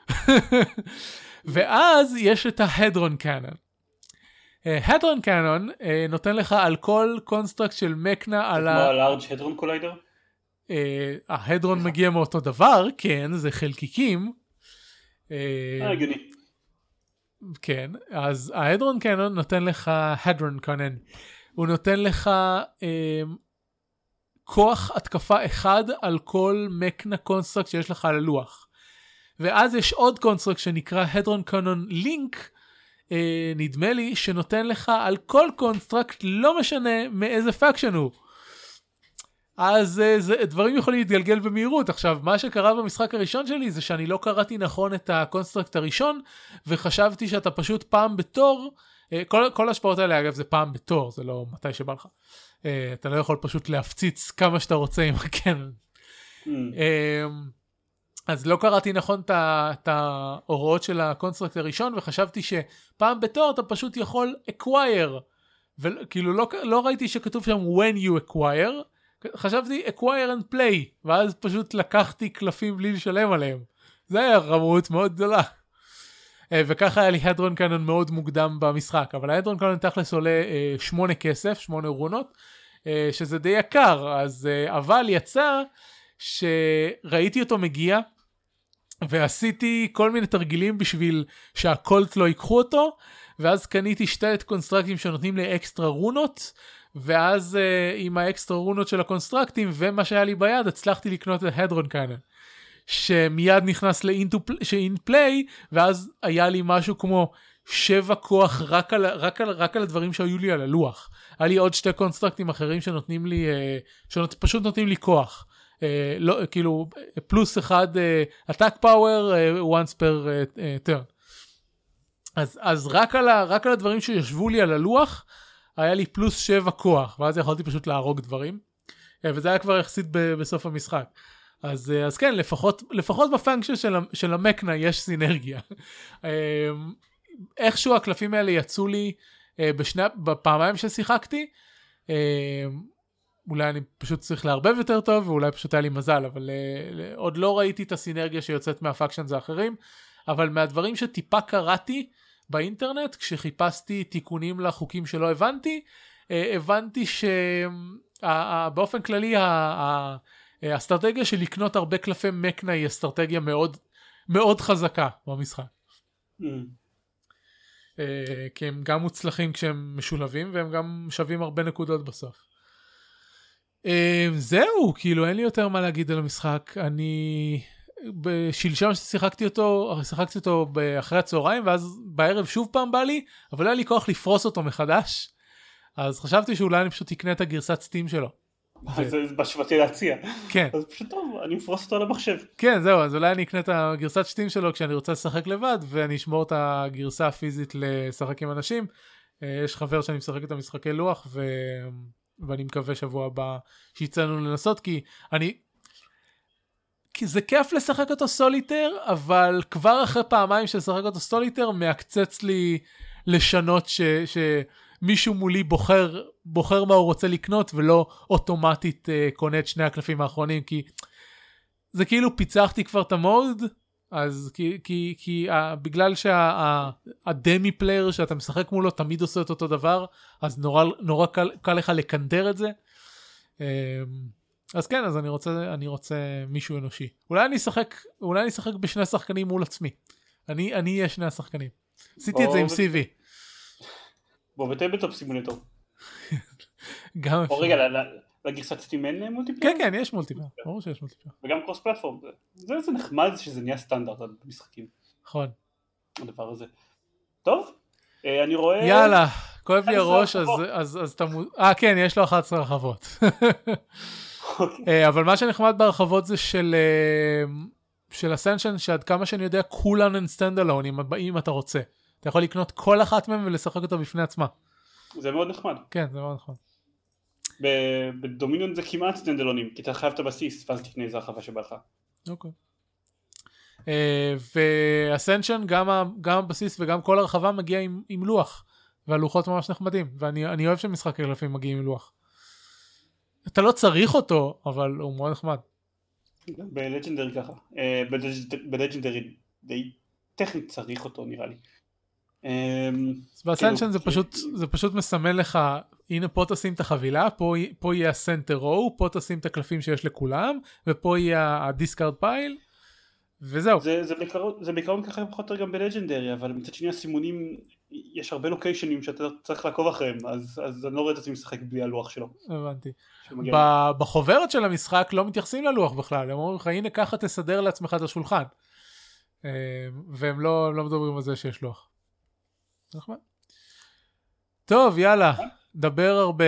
ואז יש את ההדרון קאנון. הדרון קאנון נותן לך על כל קונסטרקט של מקנה על כמו הלארג' הדרון קוליידר? ההדרון מגיע מאותו דבר, כן, זה חלקיקים. הגיוני. כן, אז ההדרון קנון נותן לך, הדרון קנון, הוא נותן לך כוח התקפה אחד על כל מקנה קונסטרקט שיש לך על הלוח. ואז יש עוד קונסטרקט שנקרא הדרון קנון לינק, נדמה לי, שנותן לך על כל קונסטרקט, לא משנה מאיזה פאקשן הוא. אז דברים יכולים להתגלגל במהירות. עכשיו, מה שקרה במשחק הראשון שלי זה שאני לא קראתי נכון את הקונסטרקט הראשון, וחשבתי שאתה פשוט פעם בתור, כל השפעות האלה אגב זה פעם בתור, זה לא מתי שבא לך. אתה לא יכול פשוט להפציץ כמה שאתה רוצה עם הקנון. אז לא קראתי נכון את ההוראות של הקונסטרקט הראשון, וחשבתי שפעם בתור אתה פשוט יכול acquire, וכאילו לא ראיתי שכתוב שם when you acquire, חשבתי acquire and play, ואז פשוט לקחתי קלפים בלי לשלם עליהם. זה היה רמאות מאוד גדולה. וככה היה לי הדרון קנון מאוד מוקדם במשחק, אבל ההדרון קנון תכלס עולה 8 כסף, 8 רונות, שזה די יקר, אז אבל יצא שראיתי אותו מגיע, ועשיתי כל מיני תרגילים בשביל שהקולט לא ייקחו אותו, ואז קניתי 2 קונסטרקטים שנותנים לי אקסטרה רונות, ואז עם האקסטרה רונות של הקונסטרקטים ומה שהיה לי ביד, הצלחתי לקנות את ההדרון קנון, שמיד נכנס ל-in play, ואז היה לי משהו כמו 7 כוח רק על הדברים שהיו לי על הלוח. היה לי עוד 2 קונסטרקטים אחרים שנותנים לי, פשוט נותנים לי כוח. לא, כאילו, פלוס 1 attack power once per turn. אז רק על הדברים שישבו לי על הלוח, היה לי פלוס 7 כוח, ואז יכולתי פשוט להרוג דברים, וזה היה כבר יחסית בסוף המשחק. אז כן, לפחות בפונקציה של המקנה יש סינרגיה. איכשהו הקלפים האלה יצאו לי בפעמיים ששיחקתי, אולי אני פשוט צריך להרבב יותר טוב, ואולי פשוט היה לי מזל, אבל עוד לא ראיתי את הסינרגיה שיוצאת מהפאקשנס האחרים, אבל מהדברים שטיפה קראתי באינטרנט, כשחיפשתי תיקונים לחוקים שלא הבנתי שבאופן כללי האסטרטגיה של לקנות הרבה קלפי מקנה היא אסטרטגיה מאוד, מאוד חזקה במשחק. כי הם גם מוצלחים כשהם משולבים, והם גם שווים הרבה נקודות בסוף. זהו, כאילו אין לי יותר מה להגיד על המשחק. אני בשלשום ששיחקתי אותו אחרי הצהריים, ואז בערב שוב פעם בא לי, אבל היה לי כוח לפרוס אותו מחדש, אז חשבתי שאולי אני פשוט אקנה את הגרסת סטים שלו. זה בשבתי להציע. כן. אז פשוט טוב, אני אפרוס אותו על המחשב. כן, זהו, אז אולי אני אקנה את הגרסת סטים שלו כשאני רוצה לשחק לבד, ואני אשמור את הגרסה הפיזית לשחק עם אנשים. יש חבר שאני משחק את המשחקי לוח, ואני מקווה שבוע הבא שיצאנו לנסות, כי זה כיף לשחק אותו סוליטר, אבל כבר אחרי פעמיים ששחק אותו סוליטר, מעקצץ לי לשנות שמישהו מולי בוחר מה הוא רוצה לקנות, ולא אוטומטית קונה את 2 הקלפים האחרונים, כי זה כאילו פיצחתי כבר את המוד, אז כי בגלל שהדמי פלייר שאתה משחק מולו תמיד עושה את אותו דבר, אז נורא קל לך לקנדר את זה. אז כן, אז אני רוצה מישהו אנושי. אולי אני אשחק ב2 שחקנים מול עצמי. אני אהיה 2 השחקנים. עשיתי את זה עם CV. בטאבלטופ סימולטור. גם אפשר. או רגע, לגרסת סטים אין מולטיפלייר? כן, יש מולטיפלייר. ברור שיש מולטיפלייר. וגם קרוס פלטפורם. זה נחמד שזה נהיה סטנדרט במשחקים. נכון. הדבר הזה. טוב, אני רואה... יאללה, כואב לי הראש, אז אתה... כן, יש לו 11 רחבות. אבל מה שנחמד ברחבות זה של אסנשן, שעד כמה שאני יודע, כולן הן סטנדלון, אם אתה רוצה. אתה יכול לקנות כל אחת מהם ולשחק אותה בפני עצמה. זה מאוד נחמד. כן, זה מאוד נחמד. בדומיניון זה כמעט סטנדלונים, כי אתה חייב את הבסיס, ואז תקנה איזה הרחבה שבא לך. אוקיי. ואסנשן, גם הבסיס וגם כל הרחבה מגיע עם לוח, והלוחות ממש נחמדים, ואני אוהב שמשחקי קלפים מגיעים עם לוח. אתה לא צריך אותו, אבל הוא מאוד נחמד. בלג'נדרי ככה. בלג'נדרי די טכנית צריך אותו נראה לי. באסנשן זה פשוט מסמן לך, הנה פה תשים את החבילה, פה יהיה הסנטר רו, פה תשים את הקלפים שיש לכולם, ופה יהיה הדיסקארד פייל, וזהו. זה בעיקרון ככה פחות או יותר גם בלג'נדרי, אבל מצד שני הסימונים, יש הרבה לוקיישנים שאתה צריך לעקוב אחריהם, אז אני לא רואה את עצמי משחק בלי הלוח שלו. הבנתי. בחוברת של המשחק לא מתייחסים ללוח בכלל, הם אומרים לך, הנה ככה תסדר לעצמך את השולחן. והם לא מדברים על זה שיש לוח. נחמד. טוב, יאללה, דבר הרבה.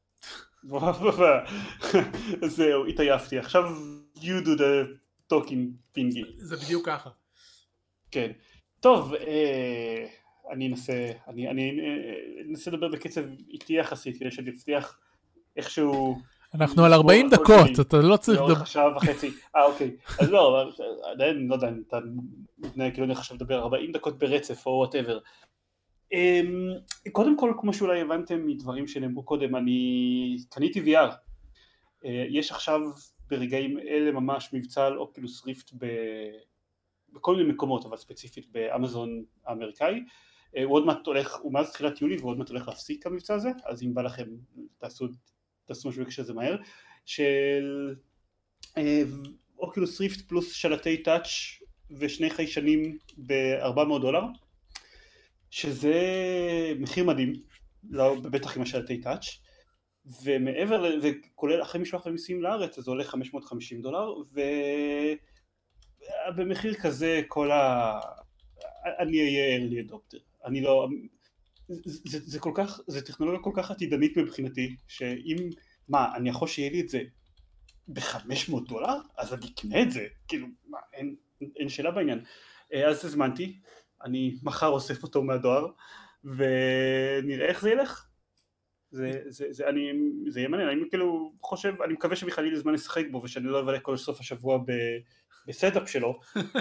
זהו, התעייפתי. עכשיו you do the talking thingy. זה בדיוק ככה. כן. טוב, אני אנסה לדבר בקצב איטי יחסית, כדי שאני אצליח איכשהו... אנחנו על 40 דקות, אתה לא צריך... לאורך שעה וחצי. אוקיי. אז לא, עדיין, לא יודע, אתה מתנהג כאילו אני חושב לדבר 40 דקות ברצף או whatever. קודם כל, כמו שאולי הבנתם מדברים שנאמרו קודם, אני קניתי VR. יש עכשיו ברגעים אלה ממש מבצע על אוקולוס ריפט בכל מיני מקומות, אבל ספציפית באמזון האמריקאי. הוא עוד מעט הולך, הוא מאז תחילת יולי, והוא עוד מעט הולך להפסיק המבצע הזה, אז אם בא לכם, תעשו משהו בקשר זה מהר, של אוקולוס ריפט פלוס שלטי טאץ' ושני חיישנים $400, שזה מחיר מדהים, לא, בטח עם השלטי טאץ', ומעבר, וכולל אחרי משלוח המיסים לארץ, אז זה עולה $550, ובמחיר כזה כל אני אהיה early adopter, אני לא, זה כל כך, זה טכנולוגיה כל כך עתידנית מבחינתי, שאם, אני יכול שיהיה לי את זה $500, אז אני אקנה את זה, כאילו, אין שאלה בעניין. אז הזמנתי, אני מחר אוסף אותו מהדואר, ונראה איך זה ילך. זה יהיה מעניין, אני כאילו חושב, אני מקווה שבכלל יהיה לי זמן לשחק בו, ושאני לא אבלה כל סוף השבוע בסטאפ שלו,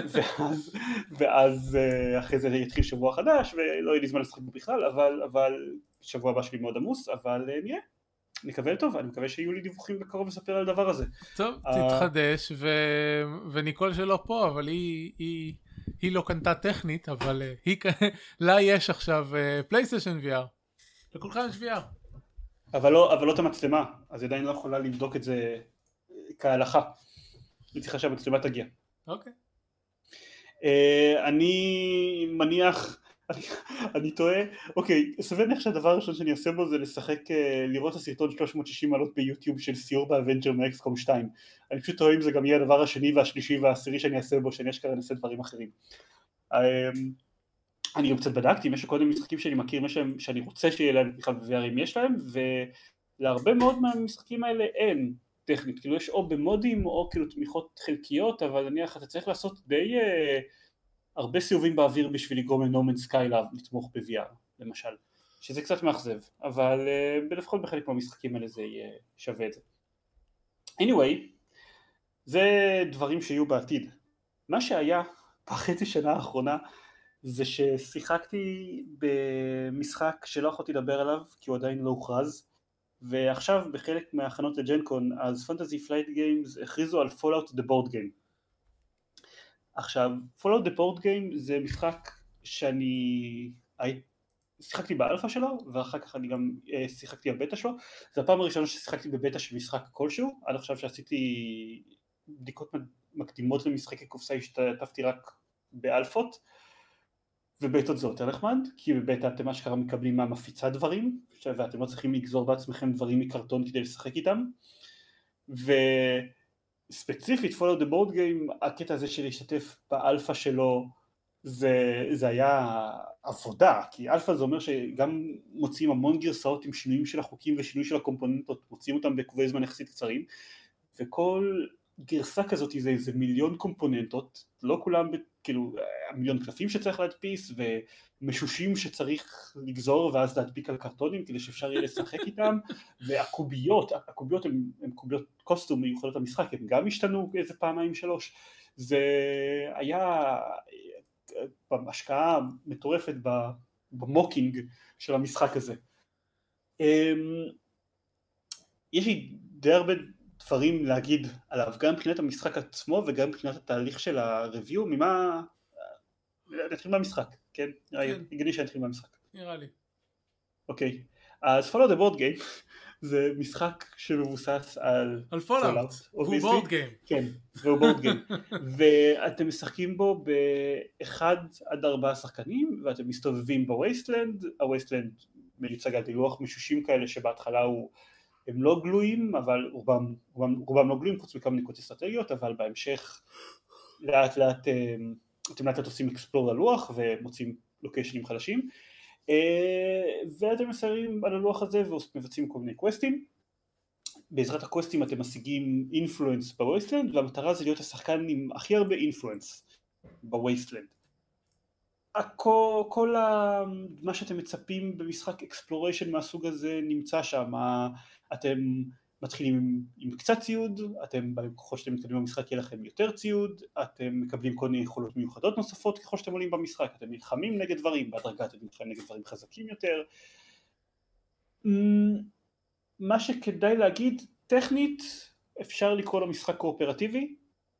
ואז אחרי זה יתחיל שבוע חדש, ולא יהיה לי זמן לשחק בו בכלל, אבל שבוע הבא שלי מאוד עמוס, אבל נראה, נקווה טוב, אני מקווה שיהיו לי דיווחים בקרוב לספר על הדבר הזה. טוב, תתחדש, וניקול שלא פה, אבל היא לא קנתה טכנית, אבל לה יש עכשיו פלייסטיישן VR, לכולכם יש VR. אבל לא את המצלמה, אז עדיין לא יכולה לבדוק את זה כהלכה. אני צריכה שהמצלמה תגיע. אוקיי. אני מניח, אני טועה, אוקיי, סביר לך שהדבר הראשון שאני אעשה בו זה לשחק, לראות הסרטון 360 מעלות ביוטיוב של סיור באבנג'ר מאקסקום 2. אני פשוט טועה אם זה גם יהיה הדבר השני והשלישי והעשירי שאני אעשה בו, שאני אשכרה נעשה דברים אחרים. אני גם קצת בדקתי, אם יש קודם משחקים שאני מכיר, שאני רוצה שיהיה להם בכלל ב-VR אם יש להם, ולהרבה מאוד מהמשחקים האלה אין טכנית, כאילו יש או במודים או כאילו תמיכות חלקיות, אבל נניח אתה צריך לעשות די הרבה סיבובים באוויר בשביל לגרום לנומן סקיילאב לתמוך ב-VR למשל, שזה קצת מאכזב, אבל לפחות בחלק מהמשחקים האלה זה יהיה שווה את זה. anyway, זה דברים שיהיו בעתיד. מה שהיה בחצי שנה האחרונה, זה ששיחקתי במשחק שלא יכולתי לדבר עליו, כי הוא עדיין לא הוכרז, ועכשיו בחלק מההכנות לג'נקון, אז פנטזי פלייט גיימס הכריזו על Fallout the Board Game. עכשיו, Fallout the Board Game זה משחק שאני שיחקתי באלפא שלו, ואחר כך אני גם שיחקתי בבטא שלו. זה הפעם הראשונה ששיחקתי בבטא של משחק כלשהו, עד עכשיו שעשיתי בדיקות מקדימות למשחקי קופסה, השתתפתי רק באלפות, ובטות זה יותר נחמד, כי בבטא אתם אשכרה מקבלים מהמפיצה דברים, ואתם לא צריכים לגזור בעצמכם דברים מקרטון כדי לשחק איתם, וספציפית Fallout the Board Game, הקטע הזה של להשתתף באלפא שלו, זה היה עבודה, כי אלפא זה אומר שגם מוצאים המון גרסאות עם שינויים של החוקים ושינוי של הקומפוננטות, מוצאים אותם בקווי זמן יחסית קצרים, וכל גרסה כזאת זה איזה מיליון קומפוננטות, לא כולם כאילו מיליון קלפים שצריך להדפיס ומשושים שצריך לגזור ואז להדביק על קרטונים כדי שאפשר יהיה לשחק איתם, והקוביות הן קוביות קוסטום מיוחדות המשחק, הן גם השתנו איזה פעמיים שלוש. זה היה השקעה מטורפת במוקינג של המשחק הזה. יש לי די הרבה דברים להגיד עליו, גם מבחינת המשחק עצמו וגם מבחינת התהליך של הריוויו. ממה... נתחיל מהמשחק, כן? הגיוני שנתחיל מהמשחק. נראה לי. אוקיי. אז Fallout the Board Game זה משחק שמבוסס על Fallout, והוא בורד גיים. כן, והוא בורד גיים. ואתם משחקים בו ב1 עד 4 שחקנים, ואתם מסתובבים בווייסטלנד, הווייסטלנד מיוצג על לוח משושים כאלה שבהתחלה הם לא גלויים, אבל רובם לא גלויים, חוץ מכמה נקודות אסטרטגיות, אבל בהמשך לאט לאט אתם לאט לאט עושים אקספלור ללוח ומוצאים לוקיישנים חדשים. ואתם מסיירים על הלוח הזה ומבצעים כל מיני קווסטים. בעזרת הקווסטים אתם משיגים אינפלואנס בווייסטלנד, והמטרה זה להיות השחקן עם הכי הרבה אינפלואנס בווייסטלנד. כל מה שאתם מצפים במשחק אקספלוריישן מהסוג הזה נמצא שם. אתם מתחילים עם קצת ציוד, ככל שאתם מתקדמים במשחק יהיה לכם יותר ציוד, אתם מקבלים כל מיני יכולות מיוחדות נוספות ככל שאתם עולים במשחק, אתם נלחמים נגד דברים, בהדרגה אתם נלחמים נגד דברים חזקים יותר. מה שכדאי להגיד, טכנית אפשר לקרוא לו משחק קואופרטיבי,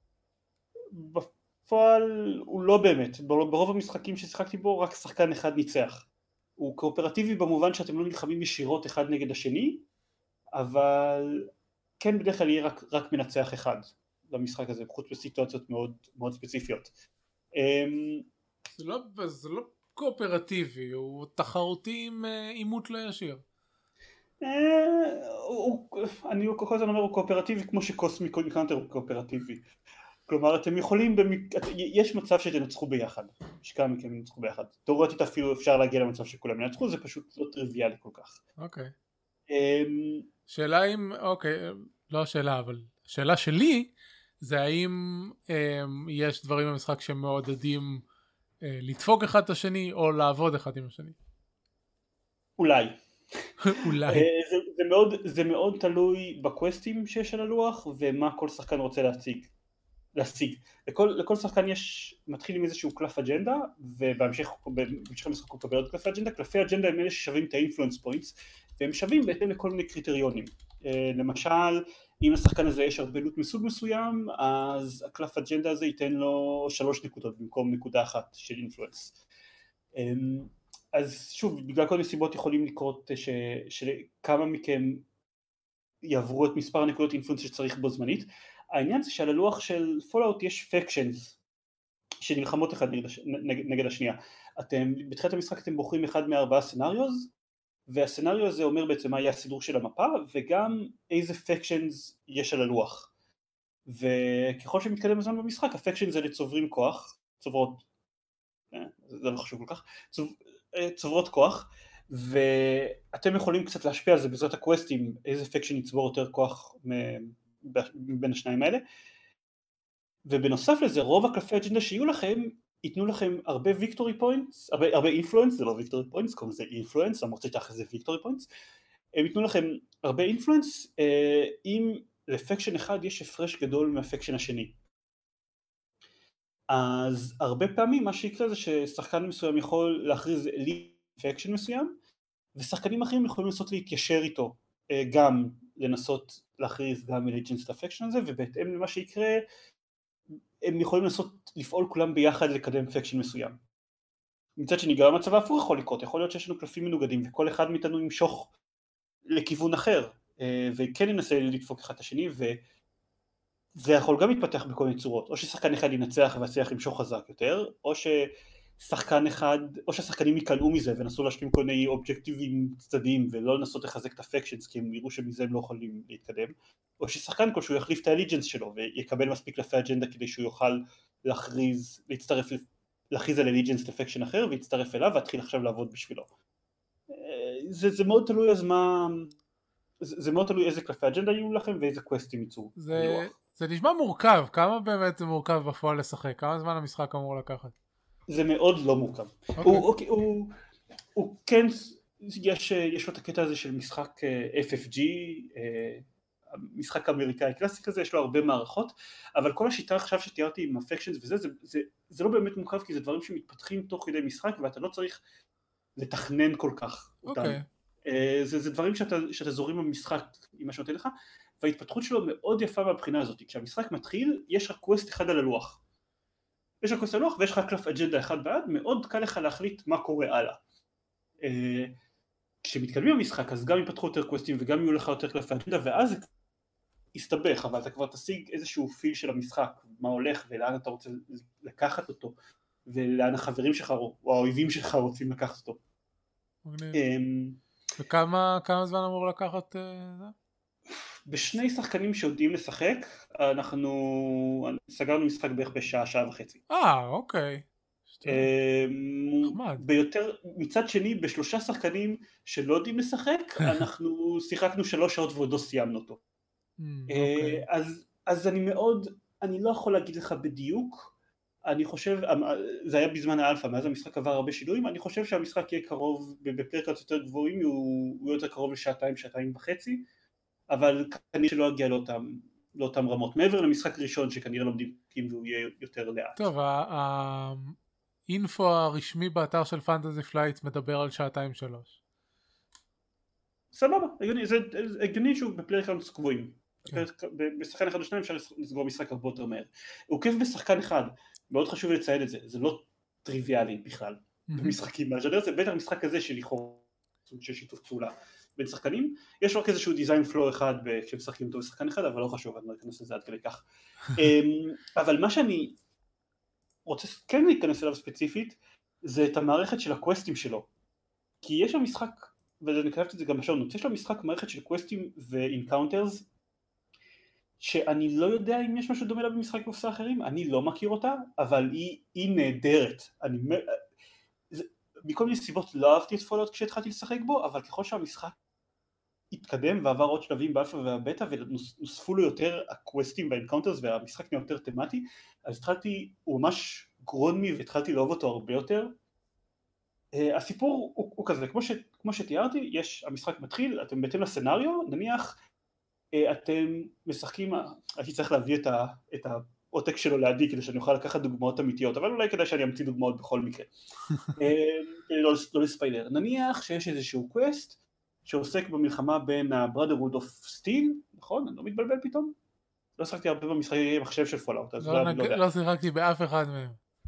בפועל הוא לא באמת, ברוב המשחקים ששיחקתי בו רק שחקן אחד ניצח. הוא קואופרטיבי במובן שאתם לא נלחמים ישירות אחד נגד השני, אבל כן בדרך כלל יהיה רק מנצח אחד במשחק הזה, חוץ בסיטואציות מאוד, מאוד ספציפיות. זה לא קואופרטיבי, הוא תחרותי עם אימות לא ישיר. אני כל הזמן אומר הוא קואופרטיבי כמו שקוסמיק קאונטר הוא קואופרטיבי. כלומר אתם יכולים, יש מצב שתנצחו ביחד, שכמה מכם ינצחו ביחד. תיאורטית אפילו אפשר להגיע למצב שכולם ינצחו, זה פשוט לא טריוויאלי כל כך. אוקיי. שאלה אם, אוקיי, לא השאלה, אבל השאלה שלי זה האם יש דברים במשחק שמעודדים לדפוק אחד את השני או לעבוד אחד עם השני. אולי. אולי. זה מאוד תלוי בקווסטים שיש על הלוח ומה כל שחקן רוצה להשיג. לכל שחקן מתחיל עם איזשהו קלף אג'נדה, ובהמשך המשחק הוא קבל עוד קלפי אג'נדה. קלפי אג'נדה הם אלה ששווים את האינפלואנס פוינטס, והם שווים בהתאם לכל מיני קריטריונים. למשל, אם לשחקן הזה יש הרבה לוט מסוג מסוים, אז הקלף אג'נדה הזה ייתן לו 3 נקודות במקום נקודה 1 של אינפלואנס. אז שוב, בגלל כל נסיבות יכולים לקרות שכמה מכם יעברו את מספר הנקודות אינפלואנס שצריך בו זמנית. העניין זה שעל הלוח של פולאאוט יש פקשנס שנלחמות אחד נגד השנייה. בתחילת המשחק אתם בוחרים אחד מ4 סנריוז, והסנריו הזה אומר בעצם מה יהיה הסידור של המפה, וגם איזה פקשנס יש על הלוח. וככל שמתקדם הזמן במשחק, הפקשנס האלה צוברים כוח, צוברות, זה לא חשוב כל כך, צוברות כוח, ואתם יכולים קצת להשפיע על זה בעזרת הקווסטים, איזה פקשן יצבור יותר כוח בין השניים האלה. ובנוסף לזה, רוב הקלפי אג'נדה שיהיו לכם, ייתנו לכם הרבה ויקטורי פוינטס, הרבה אינפלואנס, זה לא ויקטורי פוינטס, קוראים לזה אינפלואנס, למרות שתחת זה ויקטורי פוינטס, הם ייתנו לכם הרבה אינפלואנס, אם לפקשן אחד יש הפרש גדול מהפקשן השני. אז הרבה פעמים מה שיקרה זה ששחקן מסוים יכול להכריז פקשן מסוים, ושחקנים אחרים יכולים לנסות להתיישר איתו, גם לנסות להכריז גם אליג'נס לפקשן הזה, ובהתאם למה שיקרה, הם יכולים לנסות לפעול כולם ביחד לקדם פקשן מסוים. מצד שני, גם המצב ההפוך יכול לקרות, יכול להיות שיש לנו קלפים מנוגדים, וכל אחד מאיתנו ימשוך לכיוון אחר, וכן ינסה לדפוק אחד את השני, וזה יכול גם להתפתח בכל מיני צורות, או ששחקן אחד ינצח והצליח למשוך חזק יותר, או שהשחקנים יקלעו מזה ונסו להשלים כל מיני אובג'קטיבים צדדיים ולא לנסות לחזק את הפקשנס כי הם יראו שמזה הם לא יכולים להתקדם, או ששחקן כלשהו יחליף את האליג'נס שלו ויקבל מספיק לפי אג'נדה כדי שהוא יוכל להכריז על אליג'נס לפקשן אחר ויצטרף אליו והתחיל עכשיו לעבוד בשבילו. זה מאוד תלוי זה מאוד תלוי איזה קלפי אג'נדה יהיו לכם ואיזה קווסטים יצאו. זה נשמע מורכב, כמה באמת זה מורכב בפועל לשחק? כמה זמן המשחק אמור לקחת? זה מאוד לא מורכב. הוא כן, יש לו את הקטע הזה של משחק FFG, משחק אמריקאי קלאסי כזה, יש לו הרבה מערכות, אבל כל השיטה עכשיו שתיארתי עם הפקשנס וזה, זה לא באמת מורכב, כי זה דברים שמתפתחים תוך כדי משחק, ואתה לא צריך לתכנן כל כך אותם. זה דברים שאתה זורים במשחק עם מה שנותן לך, וההתפתחות שלו מאוד יפה מהבחינה הזאת. כשהמשחק מתחיל, יש רק קווסט אחד על הלוח. יש לך קווסט על הלוח ויש לך קלף אג'נדה אחד בעד, מאוד קל לך להחליט מה קורה הלאה. כשמתקדמים במשחק אז גם יפתחו יותר קווסטים וגם יהיו לך יותר קלפי אג'נדה, ואז זה יסתבך, אבל אתה כבר תשיג איזשהו פיל של המשחק, מה הולך ולאן אתה רוצה לקחת אותו, ולאן החברים שלך או האויבים שלך רוצים לקחת אותו. וכמה זמן אמור לקחת זה? בשני שחקנים שיודעים לשחק, אנחנו סגרנו משחק בערך בשעה, שעה וחצי. אוקיי. ביותר, מצד שני, בשלושה שחקנים שלא יודעים לשחק, אנחנו שיחקנו 3 שעות ועוד לא סיימנו אותו. אז אני לא יכול להגיד לך בדיוק, אני חושב, זה היה בזמן האלפא, מאז המשחק עבר הרבה שינויים, אני חושב שהמשחק יהיה קרוב, בפרקות יותר גבוהים, הוא יותר קרוב לשעתיים, שעתיים וחצי, אבל כנראה שלא יגיע לאותם רמות, מעבר למשחק ראשון שכנראה לומדים והוא יהיה יותר לאט. טוב, האינפו הרשמי באתר של פנטזי פלייט מדבר על 2-3. סבבה, זה הגיוני שהוא בפליירקאונטס קבועים. בשחקן אחד או שניים אפשר לסגור משחק הרבה יותר מהר. הוא עוקב בשחקן אחד, מאוד חשוב לציין את זה, זה לא טריוויאלי בכלל במשחקים מהז'אנר, זה בטח משחק כזה של שיתוף פעולה בין שחקנים, יש רק איזשהו דיזיין פלואו אחד כשמשחקים אותו בשחקן אחד, אבל לא חשוב, אני לא אכנס לזה עד כדי כך. אבל מה שאני רוצה כן להיכנס אליו ספציפית, זה את המערכת של הקווסטים שלו, כי יש לו משחק, ואני כתבתי את זה גם בשעונות, יש לו משחק מערכת של קווסטים ואינקאונטרס, שאני לא יודע אם יש משהו דומה לה במשחק קופסה אחרים, אני לא מכיר אותה, אבל היא נהדרת. מכל מיני סיבות לא אהבתי את פולאאוט כשהתחלתי לשחק בו, אבל ככל שהמשחק התקדם ועבר עוד שלבים באלפא והבטא, ונוספו לו יותר הקווסטים והאינקאונטרס, והמשחק נהיה יותר תמטי, אז הוא ממש גרון והתחלתי לאהוב אותו הרבה יותר. הסיפור הוא כזה, כמו שתיארתי, המשחק מתחיל, אתם בהתאם לסצנריו, נניח, אתם משחקים, הייתי צריך להביא את העותק שלו לידי כדי שאני אוכל לקחת דוגמאות אמיתיות, אבל אולי כדאי שאני אמציא דוגמאות בכל מקרה, לא לספיילר. נניח שיש איזשהו קווסט שעוסק במלחמה בין ה-Brotherhood of Steel, נכון? אני לא מתבלבל פתאום? לא שחקתי הרבה במשחקי מחשב של פולאאוט, אז לא שיחקתי באף אחד מהם.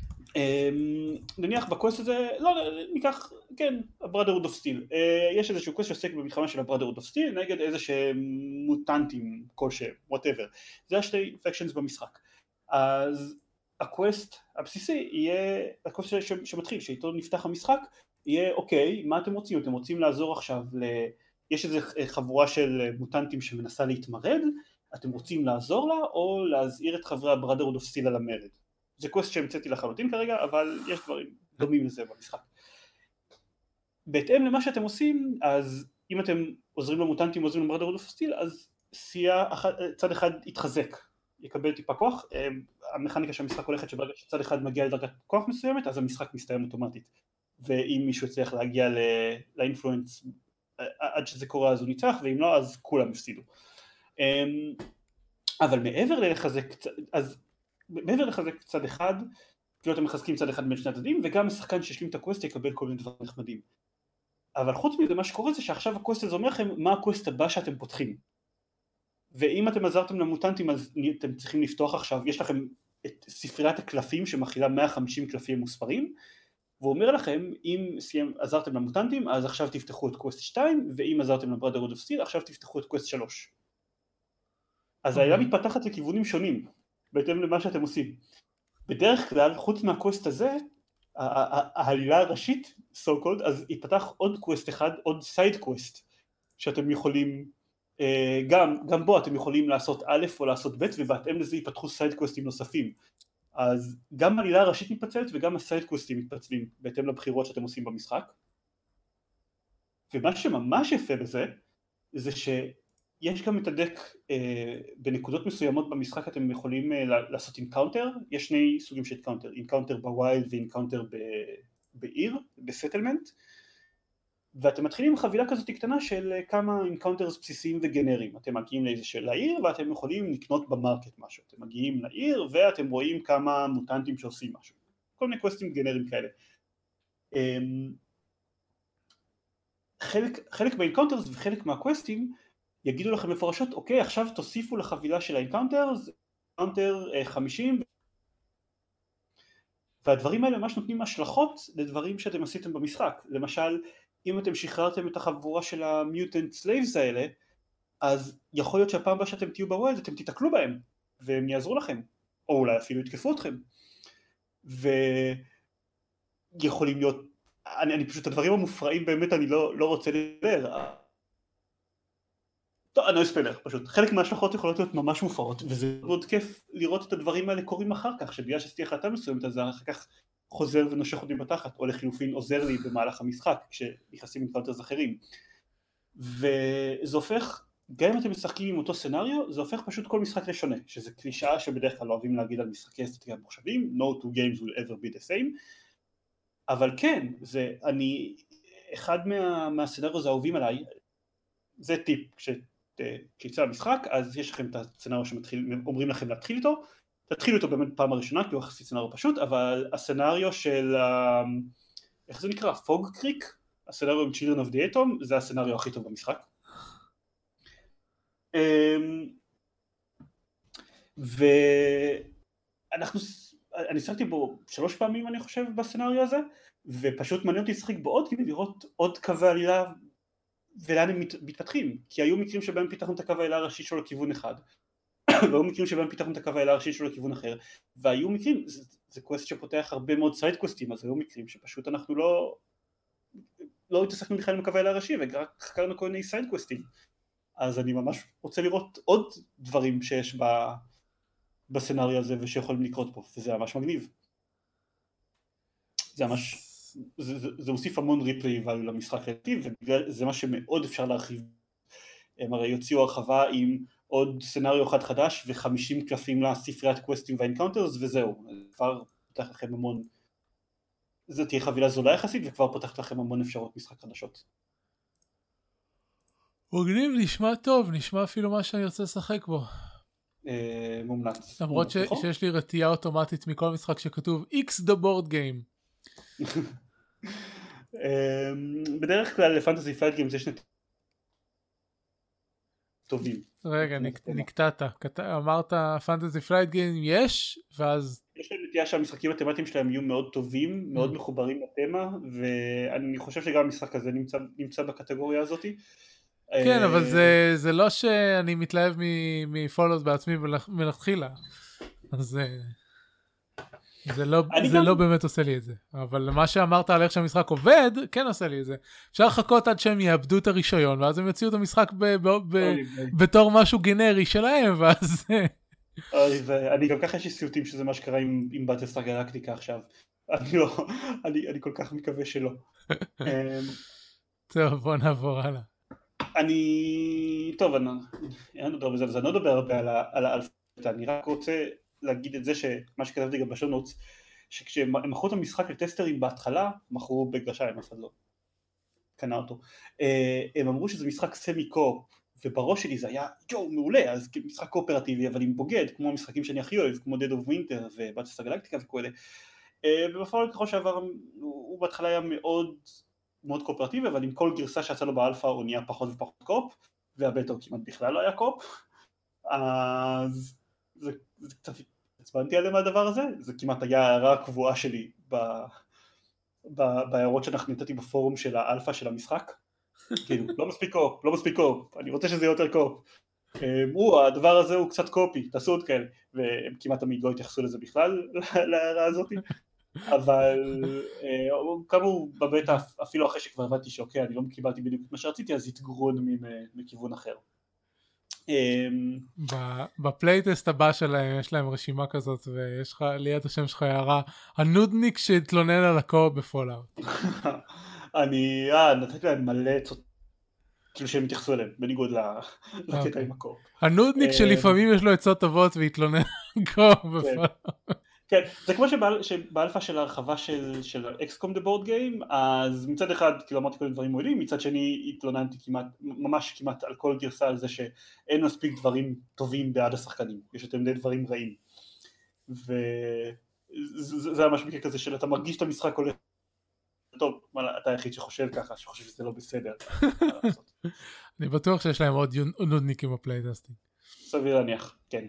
נניח בקווסט הזה, ניקח, כן, ה-Brotherhood of Steel, יש איזשהו קווסט שעוסק במלחמה של ה-Brotherhood of Steel נגד איזה שהם מוטנטים כלשהם, whatever, זה השתי פקשנס במשחק. אז הקווסט הבסיסי יהיה, הקווסט שמתחיל, שאיתו נפתח המשחק, יהיה אוקיי, מה אתם רוצים? אתם רוצים לעזור עכשיו, יש איזו חבורה של מוטנטים שמנסה להתמרד, אתם רוצים לעזור לה או להזהיר את חברי ה-Brotherhood of Steel על המרד? זה קווסט שהמצאתי לחלוטין כרגע, אבל יש דברים דומים לזה במשחק. בהתאם למה שאתם עושים, אז אם אתם עוזרים למוטנטים, עוזרים ל-Brotherhood of Steel, אז צד אחד יתחזק, יקבל טיפה כוח. המכניקה של המשחק הולכת שברגע שצד אחד מגיע לדרגת כוח מסוימת, אז המשחק מסתיים אוטומטית. ואם מישהו יצליח להגיע לאינפלואנס עד שזה קורה אז הוא ניצח, ואם לא אז כולם הפסידו. אבל מעבר לחזק צד אחד, כאילו אתם מחזקים צד אחד בין שני הצדדים, וגם השחקן שהשלים את הקווסט יקבל כל מיני דברים נחמדים. אבל חוץ מזה מה שקורה זה שעכשיו הקווסט הזה אומר לכם מה הקווסט הבא שאתם פותחים. ואם אתם עזרתם למוטנטים אז אתם צריכים לפתוח עכשיו, יש לכם את ספריית הקלפים שמכילה 150 קלפים מוספרים, והוא אומר לכם אם עזרתם למוטנטים אז עכשיו תפתחו את קווסט 2, ואם עזרתם ל-Brotherhood of Steel עכשיו תפתחו את קווסט 3. אז העלילה מתפתחת לכיוונים שונים. בהתאם למה שאתם עושים. בדרך כלל, חוץ מהקווסט הזה, העלילה הראשית, so called, אז ייפתח עוד קווסט אחד, עוד סייד קווסט, שאתם יכולים, גם בו אתם יכולים לעשות א' או לעשות ב', ובהתאם לזה ייפתחו סייד קווסטים נוספים. אז גם העלילה הראשית מתפצלת, וגם הסייד קווסטים מתפצלים, בהתאם לבחירות שאתם עושים במשחק. ומה שממש יפה בזה, זה יש גם את הדק, בנקודות מסוימות במשחק אתם יכולים לעשות אינקאונטר, יש שני סוגים של אינקאונטר, אינקאונטר בווילד ואינקאונטר בעיר, בסטלמנט, ואתם מתחילים עם חבילה כזאת קטנה של כמה אינקאונטרס בסיסיים וגנריים, אתם מגיעים לעיר ואתם יכולים לקנות במרקט משהו, אתם מגיעים לעיר ואתם רואים כמה מוטנטים שעושים משהו, כל מיני קווסטים גנריים כאלה. חלק מהאינקאונטרס וחלק מהקווסטים, יגידו לכם מפורשות, אוקיי, עכשיו תוסיפו לחבילה של האינקאונטרס, אינקאונטר 50, והדברים האלה ממש נותנים השלכות לדברים שאתם עשיתם במשחק. למשל, אם אתם שחררתם את החבורה של המיוטנט סלייבס האלה, אז יכול להיות שהפעם הבאה שאתם תהיו בווילד אתם תתקלו בהם, והם יעזרו לכם, או אולי אפילו יתקפו אתכם. ויכולים להיות, אני פשוט, הדברים המופרעים באמת אני לא רוצה לדבר. טוב, אני לא אספלר, פשוט. חלק מההשלכות יכולות להיות ממש מופרעות, וזה מאוד כיף לראות את הדברים האלה קורים אחר כך, שבגלל שעשיתי החלטה מסוימת, אז אחר כך חוזר ונושך אותי בתחת, או לחילופין עוזר לי במהלך המשחק, כשנכנסים אינקאונטרס אחרים. וזה הופך, גם אם אתם משחקים עם אותו סנריו, זה הופך פשוט כל משחק לשונה, שזה קלישאה שבדרך כלל אוהבים להגיד על משחקי אסטרטגיה מחשבים, no two games will ever be the same, אבל כן, אחד מהסנריו האהובים עליי, זה טיפ, כשיצא המשחק, אז יש לכם את הסצנריו שאומרים לכם להתחיל איתו, תתחילו איתו באמת פעם הראשונה, כי הוא יחסית סצנריו פשוט, אבל הסצנריו של, איך זה נקרא? פוג קריק? הסצנריו עם Children of the Atom, זה הסצנריו הכי טוב במשחק. אני שחקתי בו 3 פעמים אני חושב בסצנריו הזה, ופשוט מעניין אותי לשחק בו עוד כדי לראות עוד קווי עלילה ולאן הם מתפתחים, כי היו מקרים שבהם פיתחנו את הקו העלילה הראשי שלו לכיוון אחד, והיו מקרים שבהם פיתחנו את הקו העלילה הראשי שלו לכיוון אחר, והיו מקרים, זה קווסט שפותח הרבה מאוד סייד קווסטים, אז היו מקרים שפשוט אנחנו לא התעסקנו בכלל עם הקו העלילה הראשי, ורק חקרנו כל מיני סייד קווסטים, אז אני ממש רוצה לראות עוד דברים שיש בסצנריו הזה ושיכולים לקרות פה, וזה ממש מגניב. זה ממש, זה מוסיף המון ריפלי ואלו למשחק וזה מה שמאוד אפשר להרחיב. הם הרי יוציאו הרחבה עם עוד סצנריו אחד חדש ו50 קלפים לספריית קווסטים והאנקאונטרס וזהו, כבר פותח לכם המון, זו תהיה חבילה זולה יחסית וכבר פותחת לכם המון אפשרות משחק חדשות. מגניב, נשמע טוב, נשמע אפילו מה שאני רוצה לשחק בו. מומלץ. למרות שיש לי רתיעה אוטומטית מכל משחק שכתוב X the board game. בדרך כלל לפנטסי פלייט גיימס יש טובים. רגע, נקטעת. אמרת פנטסי פלייט גיים יש, ואז... יש להם נטייה שהמשחקים התמטיים שלהם יהיו מאוד טובים, מאוד מחוברים לתמה, ואני חושב שגם המשחק הזה נמצא בקטגוריה הזאת. כן, אבל זה לא שאני מתלהב מפולוס בעצמי מלכתחילה. אז זה לא באמת עושה לי את זה. אבל מה שאמרת על איך שהמשחק עובד, כן עושה לי את זה. אפשר לחכות עד שהם יאבדו את הרישיון, ואז הם יוציאו את המשחק בתור משהו גנרי שלהם, ואז... אני גם ככה יש לי סיוטים שזה מה שקרה עם באטלסטאר גלקטיקה עכשיו. אני כל כך מקווה שלא. טוב, בוא נעבור הלאה. טוב, אני לא מדבר הרבה על האלפא, אני רק רוצה להגיד את זה שמה שכתבתי גם בשונוטס, שכשהם מכרו את המשחק לטסטרים בהתחלה, מכרו בגרשיים, אף אחד לא קנה אותו, הם אמרו שזה משחק סמי קופ, ובראש שלי זה היה מעולה, אז משחק קואופרטיבי אבל עם בוגד, כמו המשחקים שאני הכי אוהב, כמו Dead of Winter ובאטלסטאר גלקטיקה וכאלה, ובפועל ככל שעבר הוא בהתחלה היה מאוד קואופרטיבי, אבל עם כל גרסה שיצא לו באלפא הוא נהיה פחות ופחות קופ, והבטא הוא כמעט בכלל לא היה קופ, אז זה קצת הצבנתי עליהם מהדבר הזה, זה כמעט היה הערה הקבועה שלי בהערות שאנחנו נתתי בפורום של האלפא של המשחק, כאילו לא מספיק קופ, אני רוצה שזה יהיה יותר קופ, הדבר הזה הוא קצת קופי, תעשו עוד כאלה, והם כמעט תמיד לא התייחסו לזה בכלל להערה הזאת, אבל כאמור בבטא אפילו אחרי שכבר הבנתי שאוקיי אני לא קיבלתי בדיוק את מה שרציתי אז התגרוד מכיוון אחר. בפלייטסט הבא שלהם יש להם רשימה כזאת ויש לך ליד השם שלך הערה הנודניק שהתלונן על הקו בפולאאוט. אני נתתי להם מלא כאילו שהם התייחסו אליהם בניגוד לקטע עם הקו. הנודניק שלפעמים יש לו עצות טובות והתלונן על קו בפולאאוט. כן, זה כמו שבאלפא של ההרחבה של XCOM the board game, אז מצד אחד כאילו אמרתי כל דברים מועילים, מצד שני התלוננתי ממש כמעט על כל גרסה על זה שאין מספיק דברים טובים בעד השחקנים, יש יותר מדי דברים רעים, וזה היה ממש מקרה כזה של אתה מרגיש את המשחק הולך טוב, אתה היחיד שחושב ככה, שחושב שזה לא בסדר. אני בטוח שיש להם עוד נודניקים בפלייטסטינג. סביר להניח, כן.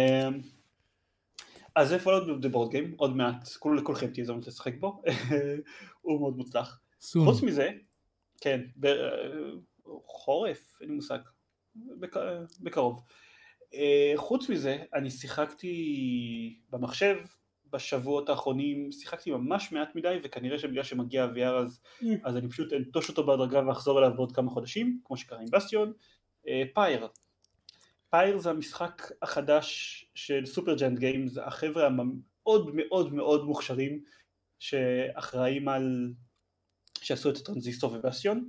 אז זה פולאאוט דה בורד גיים, עוד מעט, לכולכם תהיה זמן לשחק בו, הוא מאוד מוצלח. חוץ מזה, כן, חורף, אין לי מושג, בקרוב. חוץ מזה, אני שיחקתי במחשב, בשבועות האחרונים שיחקתי ממש מעט מדי, וכנראה שבגלל שמגיע ה-VR אז אני פשוט אנטוש אותו בהדרגה ואחזור אליו בעוד כמה חודשים, כמו שקרה עם בסטיון. פייר. פייר זה המשחק החדש של סופר ג'יינט גיימס, החבר'ה המאוד מאוד מאוד מוכשרים, שאחראים על, שעשו את טרנזיסטור ובסטיון,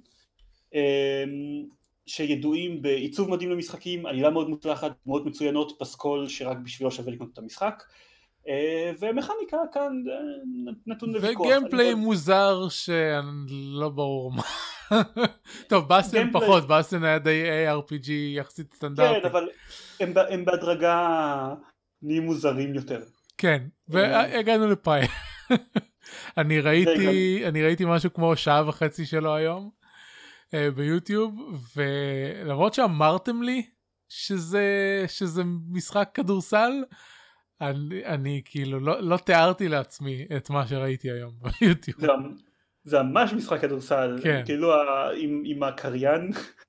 שידועים בעיצוב מדהים למשחקים, עלילה מאוד מוצלחת, מאוד מצוינות, פסקול שרק בשבילו שווה לקנות את המשחק, ומכניקה כאן נתון לוויכוח. וגיימפליי מוזר שלא ברור מה. טוב, בסטיון פחות, בסטיון היה די ARPG יחסית סטנדרטי. כן, אבל הם בהדרגה נהיים מוזרים יותר. כן, והגענו לפייר. אני ראיתי משהו כמו 1.5 שעה שלו היום ביוטיוב, ולמרות שאמרתם לי שזה משחק כדורסל, אני כאילו לא תיארתי לעצמי את מה שראיתי היום ביוטיוב. זה ממש משחק כדורסל, כאילו עם הקריין,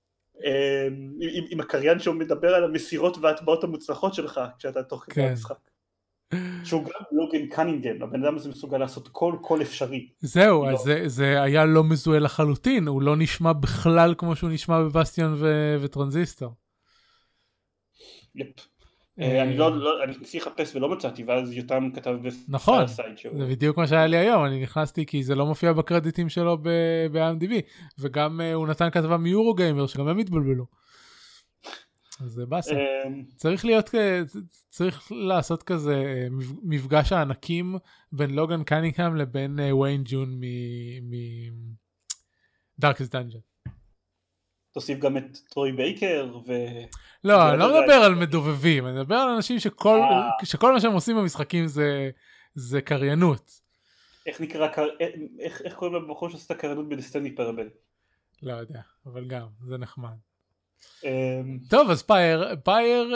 עם הקריין שהוא מדבר על המסירות וההטבעות המוצלחות שלך כשאתה תוך כדי המשחק. שהוא גם לוגן קנינגהם, הבן אדם הזה מסוגל לעשות כל אפשרי. זהו, אז זה היה לא מזוהה לחלוטין, הוא לא נשמע בכלל כמו שהוא נשמע בבסטיון וטרנזיסטור. יפ. אני ניסיתי לחפש ולא מצאתי, ואז יותם כתב נכון, זה בדיוק מה שהיה לי היום, אני נכנסתי כי זה לא מופיע בקרדיטים שלו ב-IMDb, וגם הוא נתן כתבה מיורו גיימר, שגם הם התבלבלו. אז זה בסה. צריך לעשות כזה מפגש הענקים בין לוגן קנינגהם לבין וויין ג'ון מ-Darkest Dungeon. תוסיף גם את טרוי בייקר לא, אני לא מדבר על מדובבים, אני מדבר על אנשים שכל מה שהם עושים במשחקים זה קריינות. איך קוראים לבחור שעושה את הקריינות בדסטיני פרבל? לא יודע, אבל גם, זה נחמד. טוב, אז פייר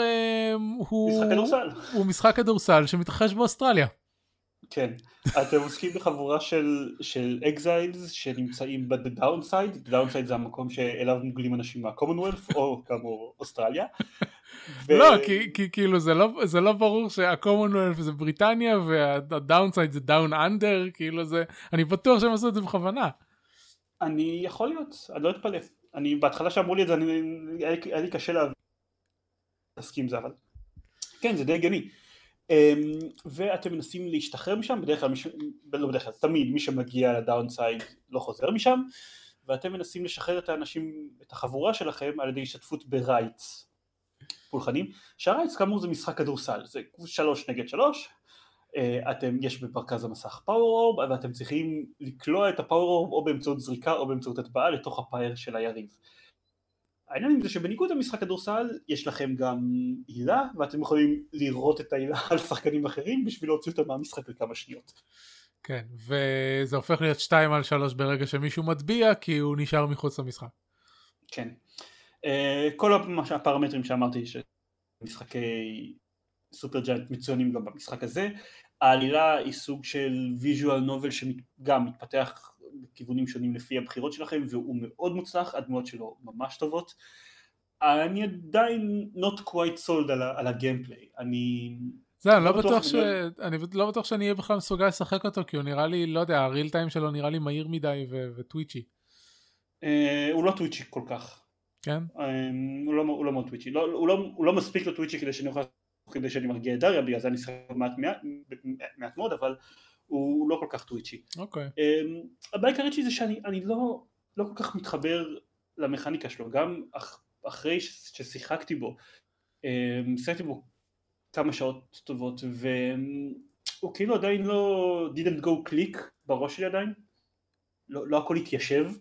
הוא משחק כדורסל שמתרחש באוסטרליה. כן, אתם עוסקים בחבורה של אקזיילס שנמצאים בדאונסייד, דאונסייד זה המקום שאליו מוגלים אנשים מהקומונוולף או כאמור אוסטרליה. לא, כי כאילו זה לא ברור שהקומונוולף זה בריטניה והדאונסייד זה דאון אנדר, כאילו זה, אני בטוח שהם עשו את זה בכוונה. אני יכול להיות, אני לא אתפלא. אני בהתחלה שאמרו לי את זה, היה לי קשה להסכים זה, אבל כן, זה די הגיוני. ואתם מנסים להשתחרר משם, בדרך כלל, תמיד מי שמגיע לדאונסייד לא חוזר משם, ואתם מנסים לשחרר את האנשים, את החבורה שלכם, על ידי השתתפות ברייטס פולחנים, שהרייטס כאמור זה משחק כדורסל, זה 3 נגד 3, יש בפרכז המסך פאוור-אורב, ואתם צריכים לקלוע את הפאוור-אורב או באמצעות זריקה או באמצעות הטבעה לתוך הפייר של היריב. העניין זה שבניגוד למשחק כדורסל יש לכם גם עילה, ואתם יכולים לראות את העילה על שחקנים אחרים בשביל להוציא אותם מהמשחק לכמה שניות. כן, וזה הופך להיות 2-3 ברגע שמישהו מטביע, כי הוא נשאר מחוץ למשחק. כן. כל הפרמטרים שאמרתי שמשחקי סופר ג'יינט מצוינים גם במשחק הזה. העלילה היא סוג של ויז'ואל נובל שגם מתפתח בכיוונים שונים לפי הבחירות שלכם, והוא מאוד מוצלח, הדמויות שלו ממש טובות. אני עדיין not quite sold על הגיימפליי. אני לא בטוח שאני אהיה בכלל מסוגל לשחק אותו, כי הוא נראה לי, לא יודע, הריל טיים שלו נראה לי מהיר מדי וטוויצ'י. הוא לא טוויצ'י כל כך. כן? הוא לא מאוד טוויצ'י. הוא לא מספיק לו טוויצ'י כדי שאני מרגיע את דריה, בגלל זה אני שחק מעט מאוד, אבל הוא לא כל כך טוויצ'י. אוקיי. הבעיה העיקרית שלי זה שאני לא כל כך מתחבר למכניקה שלו, גם אחרי ששיחקתי בו, שיחקתי בו כמה שעות טובות, והוא כאילו עדיין לא didn't go click בראש שלי עדיין, לא הכל התיישב,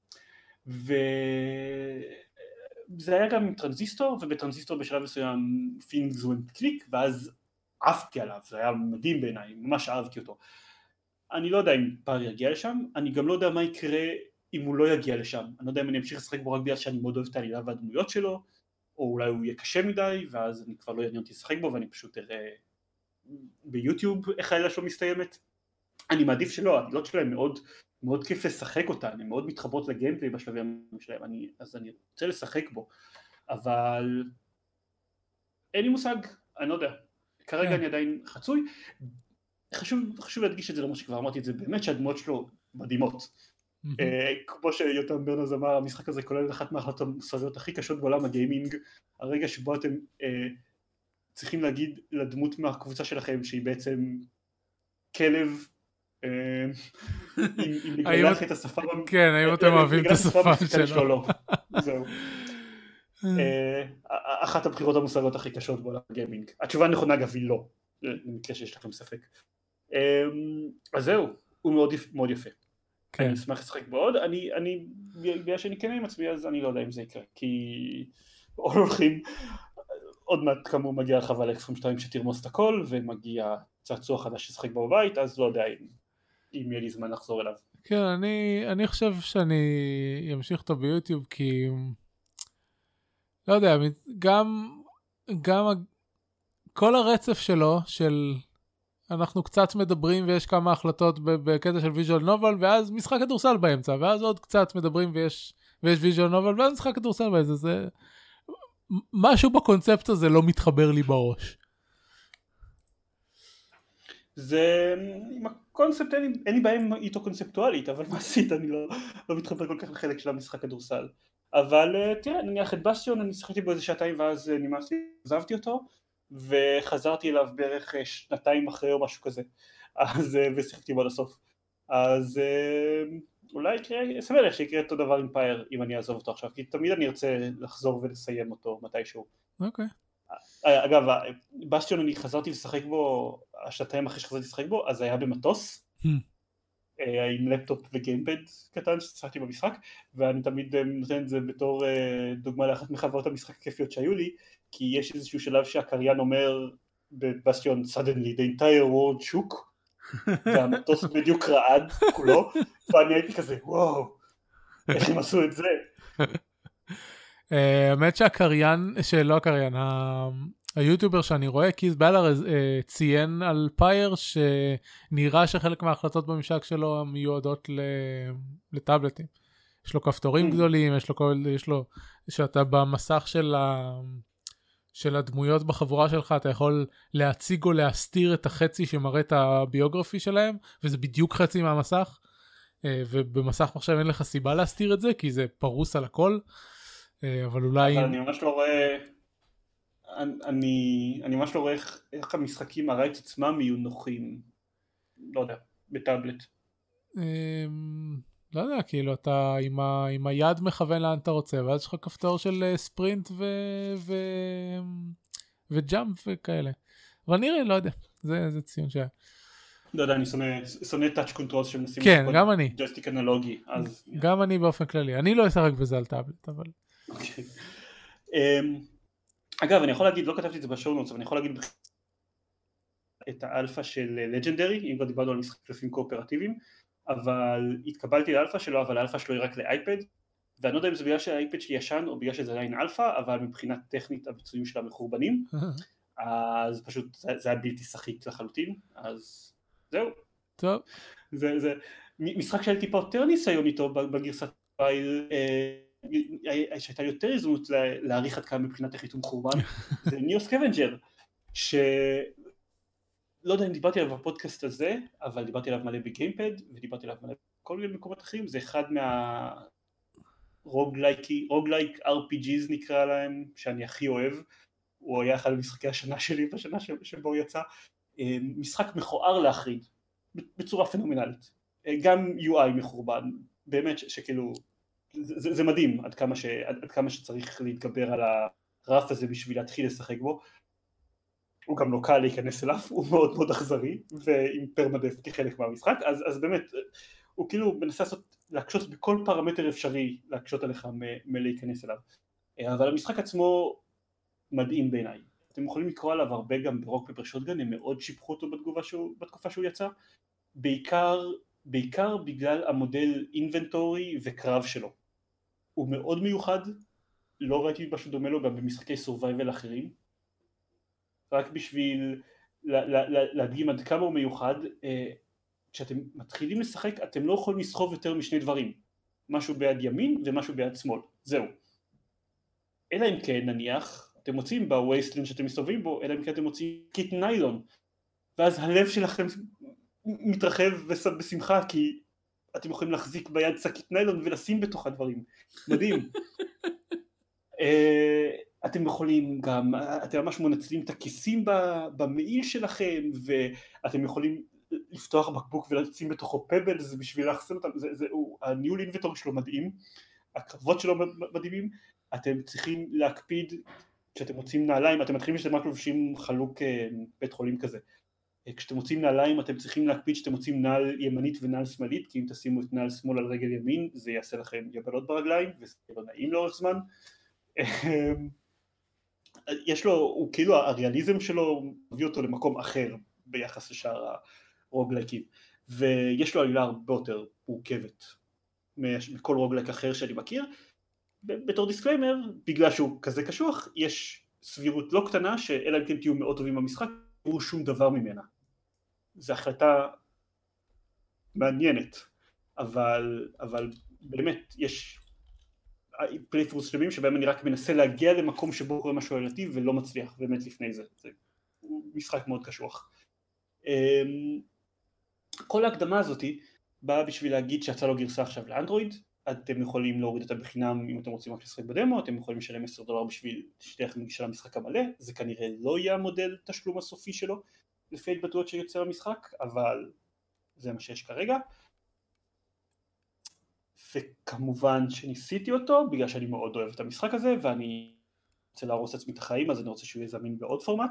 זה היה גם עם טרנזיסטור, ובטרנזיסטור בשלב מסוים things went click, ואז עפתי עליו, זה היה מדהים בעיניי, ממש אהבתי אותו. אני לא יודע אם פייר יגיע לשם, אני גם לא יודע מה יקרה אם הוא לא יגיע לשם, אני לא יודע אם אני אמשיך לשחק בו רק בגלל שאני מאוד אוהב את העלילה והדמויות שלו, או אולי הוא יהיה קשה מדי, ואז אני כבר לא יעניין אותי לשחק בו, ואני פשוט אראה ביוטיוב איך העלילה שלו מסתיימת. אני מעדיף שלא, העלילות שלהם מאוד מאוד כיף לשחק אותה, אני מאוד מתחברות לגיימפליי בשלבים שלהם, אז אני רוצה לשחק בו, אבל אין לי מושג, אני לא יודע, כרגע אני עדיין חצוי. חשוב להדגיש את זה, למרות שכבר אמרתי את זה, באמת שהדמות שלו מדהימות. כמו שיותם ברנז אמר, המשחק הזה כולל אחת מההחלטות המוסריות הכי קשות בעולם הגיימינג, הרגע שבו אתם צריכים להגיד לדמות מהקבוצה שלכם שהיא בעצם כלב, אם נגלח את השפה, כן, האם אתם אוהבים את השפה שלו. זהו. אחת הבחירות המוסריות הכי קשות בעולם הגיימינג. התשובה הנכונה אגב היא לא, במקרה שיש לכם ספק. אז זהו, הוא מאוד יפה. אני אשמח לשחק בעוד, בגלל שאני כן עם עצמי אז אני לא יודע אם זה יקרה, כי הולכים, עוד מעט כאמור מגיע הרחבה ל-X22 שתרמוס את הכל, ומגיע צעצוע חדש ששחק בבית, אז לא יודע אם יהיה לי זמן לחזור אליו. כן, אני חושב שאני אמשיך אותו ביוטיוב, כי לא יודע, גם כל הרצף שלו, של אנחנו קצת מדברים ויש כמה החלטות בקטע של ויז'ואל נובל, ואז משחק כדורסל באמצע, ואז עוד קצת מדברים ויש ויז'ואל נובל, ואז משחק כדורסל באמצע, זה משהו בקונספט הזה לא מתחבר לי בראש. זה, עם הקונספט אין לי בעיה איתו קונספטואלית, אבל מעשית אני לא מתחבר כל כך לחלק של המשחק כדורסל. אבל תראה, נניח את בסטיון, אני שחקתי בו איזה שעתיים ואז נמאס לי, עזבתי אותו, וחזרתי אליו בערך שנתיים אחרי או משהו כזה, ושיחקתי בו עד הסוף. אז אולי סביר שיקרה אותו דבר עם פייר אם אני אעזוב אותו עכשיו, כי תמיד אני ארצה לחזור ולסיים אותו מתישהו. אוקיי. אגב, בסטיון אני חזרתי לשחק בו, השנתיים אחרי שחזרתי לשחק בו, אז היה במטוס, עם לפטופ וגיימפד קטן ששחקתי במשחק, ואני תמיד נותן את זה בתור דוגמה לאחת מחברות המשחק הכיפיות שהיו לי, כי יש איזשהו שלב שהקריין אומר בבסטיון suddenly the entire world shook, והמטוס בדיוק רעד כולו, ואני הייתי כזה וואו, איך הם עשו את זה? האמת שהקריין, שלא הקריין, היוטיובר שאני רואה, קיז בלר ציין על פייר שנראה שחלק מההחלטות בממשק שלו מיועדות לטאבלטים. יש לו כפתורים גדולים, יש לו שאתה במסך של הדמויות בחבורה שלך, אתה יכול להציג או להסתיר את החצי שמראה את הביוגרפי שלהם, וזה בדיוק חצי מהמסך, ובמסך מחשב אין לך סיבה להסתיר את זה, כי זה פרוס על הכל, אבל אולי... אני ממש לא רואה... אני ממש לא רואה איך המשחקים הרייט עצמם יהיו נוחים, לא יודע, בטאבלט. לא יודע, כאילו אתה עם היד מכוון לאן אתה רוצה, ואז יש לך כפתור של ספרינט וג'אמפ וכאלה. אבל נראה, לא יודע, זה ציון שהיה. לא יודע, אני שונא טאץ' קונטרולס שמנסים... כן, גם אני. ג'ויסטיק אנלוגי, אז... גם אני באופן כללי. אני לא אשחק בזה על טאבלט, אבל... אוקיי. אגב, אני יכול להגיד, לא כתבתי את זה בשואו-נוטס, אבל אני יכול להגיד את האלפא של לג'נדרי, אם כבר דיברנו על משחק קלפים קואופרטיביים, אבל התקבלתי לאלפא שלו, אבל האלפא שלו היא רק לאייפד, ואני לא יודע אם זה בגלל שהאייפד שלי ישן, או בגלל שזה עדיין אלפא, אבל מבחינת טכנית הביצועים שלה מחורבנים, אז פשוט זה היה בלתי שחיק לחלוטין, אז זהו. טוב. זה משחק שהיה טיפה יותר ניסיון איתו בגרסת פייל, שהייתה יותר הזדמנות להעריך עד כמה מבחינת איך איתו מחורבן, זה ניאו סקוונג'ר, שלא יודע אם דיברתי עליו בפודקאסט הזה, אבל דיברתי עליו מלא בגיימפד, ודיברתי עליו מלא בכל מיני מקומות אחרים, זה אחד רוגלייק RPGs נקרא להם, שאני הכי אוהב, הוא היה אחד המשחקי השנה שלי בשנה שבו הוא יצא, משחק מכוער להחריד, בצורה פנומנלית, גם UI מחורבן, באמת שכאילו, זה מדהים עד כמה שצריך להתגבר על הרף הזה בשביל להתחיל לשחק בו, הוא גם לא קל להיכנס אליו, הוא מאוד מאוד אכזרי, ועם פרמדף כחלק מהמשחק, אז באמת, הוא כאילו מנסה להקשות בכל פרמטר אפשרי, להקשות עליך מלהיכנס אליו, אבל המשחק עצמו מדהים בעיניי, אתם יכולים לקרוא עליו הרבה גם ברוק פפר שוטגן, הם מאוד שיפחו אותו בתקופה שהוא יצא, בעיקר בגלל המודל אינבנטורי וקרב שלו, הוא מאוד מיוחד, לא ראיתי משהו דומה לו גם במשחקי סורווייבל אחרים, רק בשביל להדגים עד כמה הוא מיוחד, כשאתם מתחילים לשחק אתם לא יכולים לסחוב יותר משני דברים, משהו ביד ימין ומשהו ביד שמאל, זהו. אלא אם כן נניח אתם מוצאים בווייסטלנד שאתם מסתובבים בו, אלא אם כן אתם מוצאים קיט ניילון, ואז הלב שלכם מתרחב בשמחה, כי אתם יכולים להחזיק ביד שקית ניילון ולשים בתוך הדברים, מדהים. אתם יכולים גם, אתם ממש מנצלים את הכיסים במעיל שלכם, ואתם יכולים לפתוח בקבוק ולשים בתוכו פבלס בשביל להחסן אותם, הניהול אינבנטורי שלו מדהים, הקרבות שלו מדהימים. אתם צריכים להקפיד, כשאתם מוצאים נעליים, אתם מתחילים שאתם רק לובשים חלוק בית חולים כזה, כשאתם מוצאים נעליים אתם צריכים להקפיד שאתם מוצאים נעל ימנית ונעל שמאלית, כי אם תשימו את נעל שמאל על רגל ימין זה יעשה לכם יבלות ברגליים וזה לא נעים לאורך זמן. יש לו, הוא כאילו הריאליזם שלו מביא אותו למקום אחר ביחס לשאר הרוגלייקים, ויש לו עלילה הרבה יותר מורכבת מכל רוגלייק אחר שאני מכיר. בתור דיסקליימר, בגלל שהוא כזה קשוח, יש סבירות לא קטנה שאלא אם כן תהיו מאוד טובים במשחק, הוא שום דבר ממנה. זו החלטה מעניינת, אבל באמת יש פליית'רוס שלמים שבהם אני רק מנסה להגיע למקום שבו קורה משהו עלייתי ולא מצליח באמת לפני זה. זה משחק מאוד קשוח. כל ההקדמה הזאת באה בשביל להגיד שיצא לו גרסה עכשיו לאנדרואיד, אתם יכולים להוריד אותה בחינם אם אתם רוצים רק לשחק בדמו, אתם יכולים לשלם $10 בשביל שתהיה לכם גישה למשחק המלא, זה כנראה לא יהיה המודל תשלום הסופי שלו, לפי התבטאויות שיוצר המשחק, אבל זה מה שיש כרגע. וכמובן שניסיתי אותו, בגלל שאני מאוד אוהב את המשחק הזה, ואני רוצה להרוס עצמי את החיים, אז אני רוצה שהוא יהיה זמין בעוד פורמט.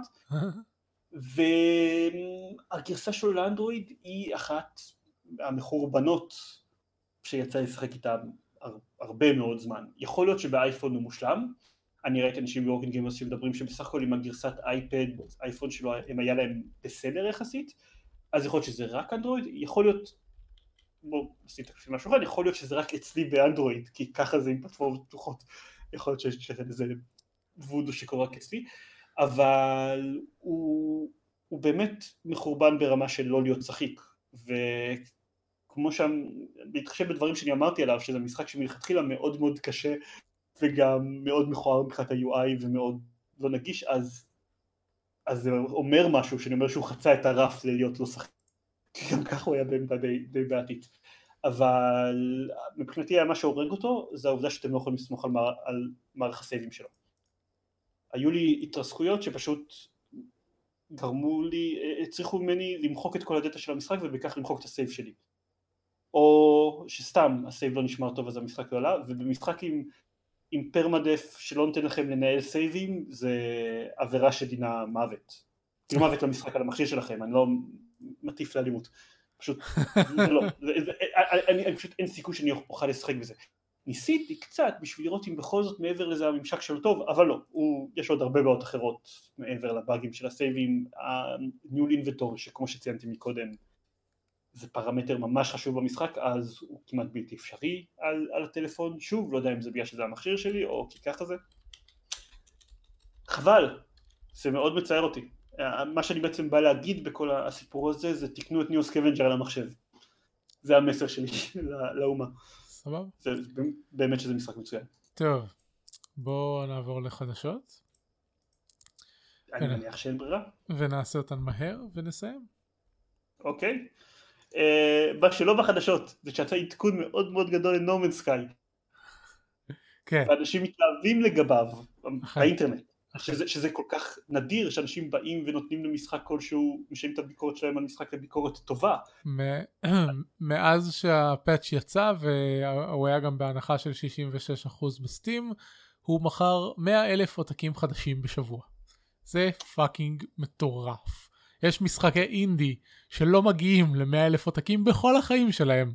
והגרסה שלו לאנדרואיד היא אחת המחורבנות שיצא לשחק איתה הרבה מאוד זמן. יכול להיות שבאייפון הוא מושלם, אני ראיתי אנשים בוורקינג גיימרס שמדברים שבסך הכל עם הגרסת אייפד, אייפון שלו הם היה להם בסדר יחסית, אז יכול להיות שזה רק אנדרואיד, יכול להיות, בואו נשים תקפים משהו אחד, יכול להיות שזה רק אצלי באנדרואיד, כי ככה זה עם פלטפורמות פתוחות, יכול להיות שיש איזה וודו שקורה רק אצלי, אבל הוא באמת מחורבן ברמה של לא להיות שחיק, וכמו בהתחשב בדברים שאני אמרתי עליו, שזה משחק שמלכתחילה מאוד מאוד קשה, וגם מאוד מכוער מבחינת ה-UI ומאוד לא נגיש, אז זה אומר משהו, שאני אומר שהוא חצה את הרף ללהיות לא שחק, כי גם ככה הוא היה בעמדה די בעתית. אבל מבחינתי מה שהורג אותו, זה העובדה שאתם לא יכולים לסמוך על מערך הסייבים שלו. היו לי התרסקויות שפשוט גרמו לי, הצריכו ממני למחוק את כל הדאטה של המשחק, ובכך למחוק את הסייב שלי. או שסתם הסייב לא נשמר טוב אז המשחק לא עלה, ובמשחק עם פרמדף שלא נותן לכם לנהל סייבים, זה עבירה שדינה מוות. זה לא מוות למשחק על המכשיר שלכם, אני לא מטיף לאלימות. פשוט, לא, אני פשוט אין סיכוי שאני אוכל לשחק בזה. ניסיתי קצת בשביל לראות אם בכל זאת מעבר לזה הממשק שלו טוב, אבל לא, יש עוד הרבה בעיות אחרות מעבר לבאגים של הסייבים, הניהול אינבנטורי שכמו שציינתי מקודם, זה פרמטר ממש חשוב במשחק, אז הוא כמעט בלתי אפשרי על הטלפון, שוב, לא יודע אם זה בגלל שזה המכשיר שלי או כי ככה זה. חבל, זה מאוד מצער אותי. מה שאני בעצם בא להגיד בכל הסיפור הזה, זה תקנו את ניו סקוונג'ר על המחשב. זה המסר שלי לאומה. סבב? זה באמת שזה משחק מצוין. טוב, בואו נעבור לחדשות. אני מניח שאין ברירה. ונעשה אותן מהר ונסיים. אוקיי. מה שלא בחדשות, זה שיצא עדכון מאוד מאוד גדול לנורמן סקאי. כן. ואנשים מתלהבים לגביו באינטרנט. שזה כל כך נדיר שאנשים באים ונותנים למשחק כלשהו, משאים את הביקורת שלהם על משחק לביקורת טובה. מאז שהפאץ' יצא, והוא היה גם בהנחה של 66% בסטים, הוא מכר 100,000 עותקים חדשים בשבוע. זה פאקינג מטורף. יש משחקי אינדי שלא מגיעים ל100,000 עותקים בכל החיים שלהם.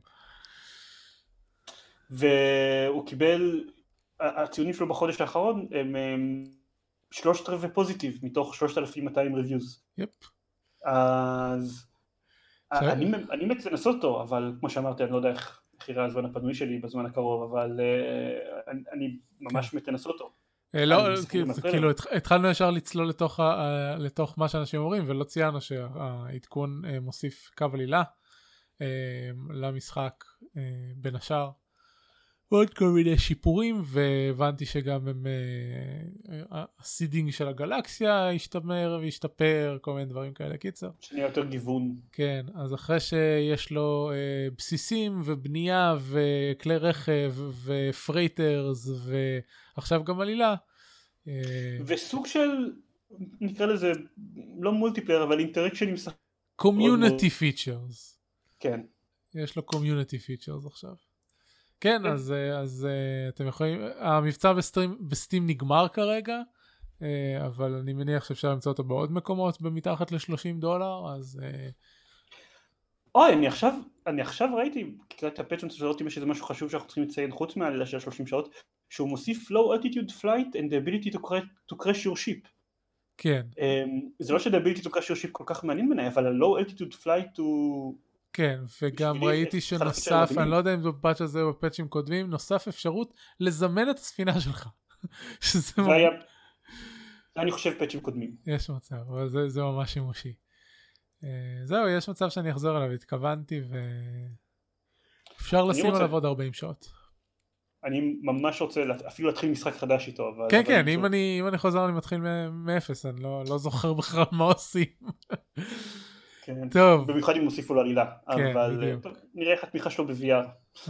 והוא קיבל, הציונים שלו בחודש האחרון הם 3/4 פוזיטיב מתוך 3,200 ריוויוז. יפ. אז אני מת לנסות אותו, אבל כמו שאמרתי אני לא יודע איך יראה הזמן הפנוי שלי בזמן הקרוב, אבל אני ממש מת לנסות אותו. לא, כאילו התחלנו ישר לצלול לתוך מה שאנשים אומרים, ולא ציינו שהעדכון מוסיף קו עלילה, למשחק בין השאר. ועוד כל מיני שיפורים, והבנתי שגם הסידינג של הגלקסיה השתמר והשתפר, כל מיני דברים כאלה, קיצר. שנהיה יותר גיוון. כן, אז אחרי שיש לו בסיסים ובנייה וכלי רכב ופרייטרס ועכשיו גם עלילה. וסוג של, נקרא לזה, לא מולטיפלייר, אבל אינטראקשן עם שחקנים. קומיוניטי פיצ'רס. כן. יש לו קומיוניטי פיצ'רס עכשיו. כן, אז אתם יכולים, המבצע בסטים נגמר כרגע, אבל אני מניח שאפשר למצוא אותו בעוד מקומות במתחת $30, אז... אוי, אני עכשיו ראיתי, קראתי הפאצ' שואלתי אם יש איזה משהו חשוב שאנחנו צריכים לציין חוץ מהעלילה של 30 שעות, שהוא מוסיף low altitude flight and the ability to crash your ship. כן. זה לא ש-the ability to crash your ship כל כך מעניין בעיניי, אבל ה-low altitude flight הוא... כן, וגם ראיתי שנוסף, אני לא יודע אם זה בפאצ' הזה או בפאצ'ים קודמים, נוסף אפשרות לזמן את הספינה שלך. זה היה, אני חושב פאצ'ים קודמים. יש מצב, אבל זה ממש שימושי. זהו, יש מצב שאני אחזור עליו, התכוונתי ואפשר לשים עליו עוד 40 שעות. אני ממש רוצה אפילו להתחיל משחק חדש איתו. כן, כן, אם אני חוזר אני מתחיל מאפס, אני לא זוכר בכלל מה עושים. טוב. במיוחד אם הוסיפו לו עלילה, אבל נראה איך התמיכה שלו ב-VR.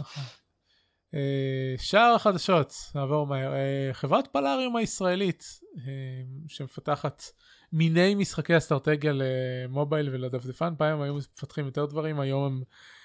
שאר החדשות, נעבור מהר. חברת פלאריום הישראלית, שמפתחת מיני משחקי אסטרטגיה למובייל ולדפדפן, פעם היו מפתחים יותר דברים, היום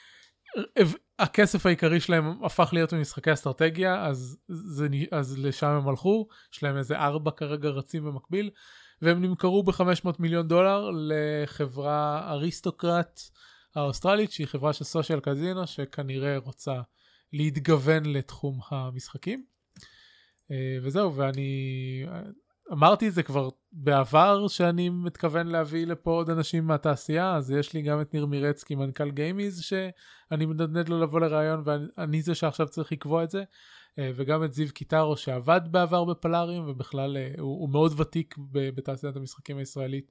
הכסף העיקרי שלהם הפך להיות ממשחקי אסטרטגיה, אז לשם הם הלכו, יש להם איזה 4 כרגע רצים במקביל, והם נמכרו $500 מיליון לחברה אריסטוקרט האוסטרלית, שהיא חברה של סושיאל קזינו, שכנראה רוצה להתגוון לתחום המשחקים. וזהו, ואני אמרתי את זה כבר בעבר, שאני מתכוון להביא לפה עוד אנשים מהתעשייה, אז יש לי גם את ניר מירצקי, מנכ"ל גיימיז, שאני מדנד לו לבוא לרעיון, ואני זה שעכשיו צריך לקבוע את זה, וגם את זיו קיטרו שעבד בעבר בפלאריום, ובכלל הוא מאוד ותיק בתעשיית המשחקים הישראלית,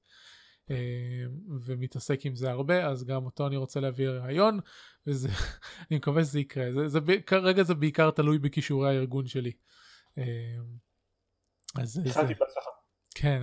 ומתעסק עם זה הרבה, אז גם אותו אני רוצה להביא רעיון, וזה, אני מקווה שזה יקרה, כרגע זה בעיקר תלוי בכישורי הארגון שלי. התחלתי בהצלחה. כן,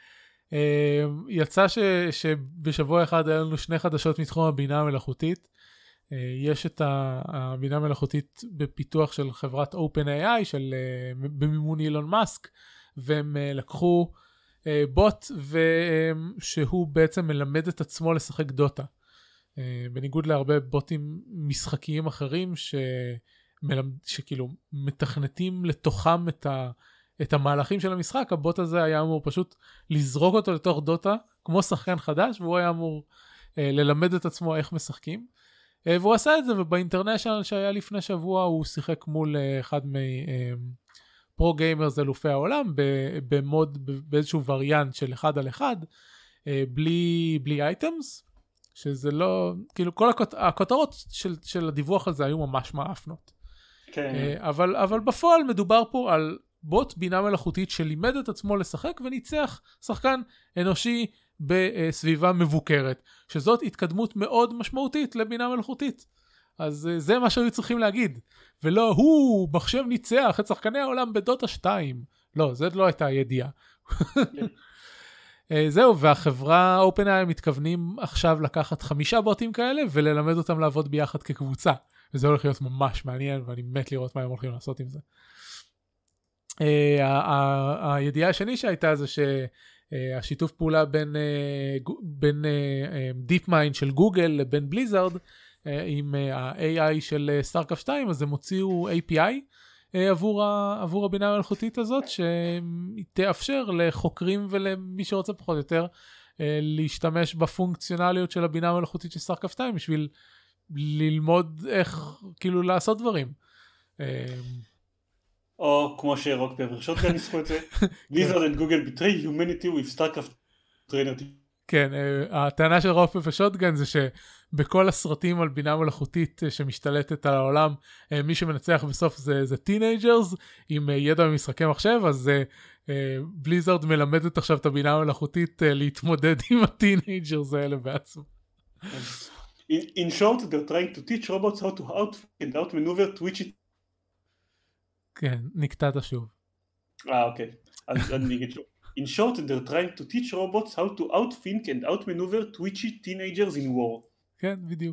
יצא שבשבוע אחד היה לנו 2 חדשות מתחום הבינה המלאכותית, יש את הבינה המלאכותית בפיתוח של חברת OpenAI, במימון אילון מאסק, והם לקחו בוט, שהוא בעצם מלמד את עצמו לשחק דוטה. בניגוד להרבה בוטים משחקיים אחרים, שכאילו מתכנתים לתוכם את המהלכים של המשחק, הבוט הזה היה אמור פשוט לזרוק אותו לתוך דוטה, כמו שחקן חדש, והוא היה אמור ללמד את עצמו איך משחקים. והוא עשה את זה, ובאינטרנשיונל שהיה לפני שבוע, הוא שיחק מול אחד פרו גיימרס אלופי העולם, במוד, באיזשהו וריאנט של 1 על 1, בלי אייטמס, שזה לא, כאילו כל הכותרות של הדיווח על זה היו ממש מאפנות. כן. אבל בפועל מדובר פה על בוט בינה מלאכותית שלימד את עצמו לשחק וניצח שחקן אנושי בסביבה מבוקרת, שזאת התקדמות מאוד משמעותית לבינה מלאכותית. אז זה מה שהיו צריכים להגיד, ולא הוא מחשב ניצח את שחקני העולם בדוטה 2. לא, זה לא הייתה הידיעה. זהו, והחברה OpenAI מתכוונים עכשיו לקחת 5 בוטים כאלה וללמד אותם לעבוד ביחד כקבוצה, וזה הולך להיות ממש מעניין, ואני מת לראות מה הם הולכים לעשות עם זה. הידיעה השני שהייתה זה שהשיתוף פעולה בין DeepMind של גוגל לבין בליזארד, עם ה-AI של סטארקראפט 2, אז הם הוציאו API עבור הבינה המלאכותית הזאת, שתאפשר לחוקרים ולמי שרוצה פחות יותר, להשתמש בפונקציונליות של הבינה המלאכותית של סטארקראפט 2, בשביל ללמוד איך כאילו לעשות דברים. או כמו שרוק פפר שוטגן ניסחו את זה, Blizzard and Google betray humanity with StarCraft trainer. כן, הטענה של רוק פפר שוטגן זה שבכל הסרטים על בינה מלאכותית שמשתלטת על העולם, מי שמנצח בסוף זה טינג'רס עם ידע במשחקי מחשב, אז בליזארד מלמדת עכשיו את הבינה המלאכותית להתמודד עם הטינג'רס האלה בעצמו. In short, they're trying to teach robots how to outmaneuver Twitch. כן, נקטעת שוב. אוקיי. אז אני אגיד שוב. In short, they're trying to teach robots how to outthink and outmaneuver Twitchy teenagers in war. כן, בדיוק.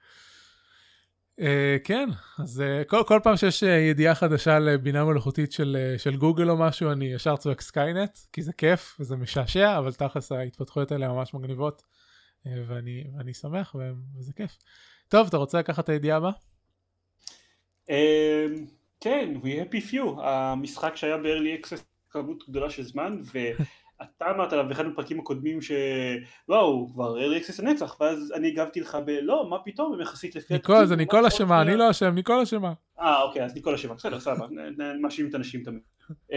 כן, אז כל פעם שיש ידיעה חדשה על בינה מלאכותית של גוגל או משהו, אני ישר צועק סקיינט, כי זה כיף וזה משעשע, אבל תכלס ההתפתחויות האלה ממש מגניבות, ואני שמח וזה כיף. טוב, אתה רוצה לקחת את הידיעה הבאה? כן, we happy few. המשחק שהיה ב-early access כמות גדולה של זמן, ואתה אמרת עליו באחד הפרקים הקודמים שוואו, כבר early access הנצח, ואז אני הגבתי לך לא, מה פתאום, הם יחסית לפי... ניקול, זה ניקול אשמה, אני לא אשם, ניקול אשמה. אוקיי, אז ניקול אשמה, בסדר, סבבה, מאשימים את האנשים תמיד.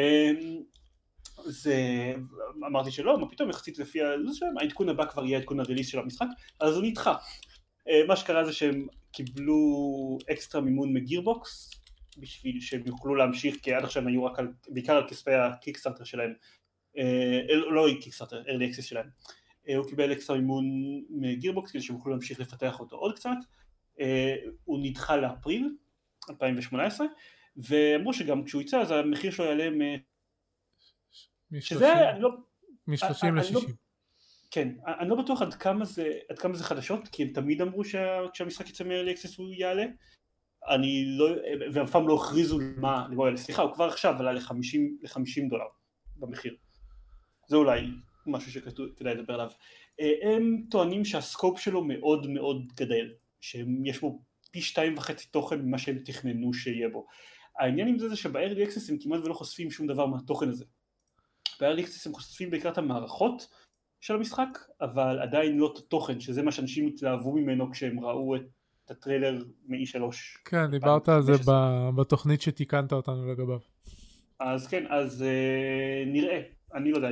אמרתי שלא, מה פתאום, יחסית לפי העדכון הבא כבר יהיה עדכון הריליס של המשחק, אז הוא נדחה. מה שקרה זה שהם קיבלו אקסטרה מימון מגירבוקס, בשביל שהם יוכלו להמשיך, כי עד עכשיו היו רק בעיקר על כספי הקיקסטארטר שלהם, לא קיקסטארטר, early access שלהם. הוא קיבל אקסטרה מימון מגירבוקס, כדי שהם יוכלו להמשיך לפתח אותו עוד קצת. הוא נדחה לאפריל 2018, ואמרו שגם כשהוא יצא, אז המחיר שלו יעלה מ-30 ל-60. כן, אני לא בטוח עד כמה זה חדשות, כי הם תמיד אמרו כשהמשחק יצא מ-early access הוא יעלה. אני לא, ואף פעם לא הכריזו סליחה, הוא כבר עכשיו עלה $50 במחיר. זה אולי משהו שכדאי לדבר עליו. הם טוענים שהסקופ שלו מאוד מאוד גדל, שיש בו פי 2.5 תוכן ממה שהם תכננו שיהיה בו. העניין עם זה שב-early access הם כמעט ולא חושפים שום דבר מהתוכן הזה. ב-early access הם חושפים בעיקר את המערכות של המשחק, אבל עדיין לא את התוכן, שזה מה שאנשים התלהבו ממנו כשהם ראו את הטריילר מ-E3. כן, דיברת על זה בתוכנית שתיקנת אותנו לגביו. אז כן, אז נראה, אני לא יודע,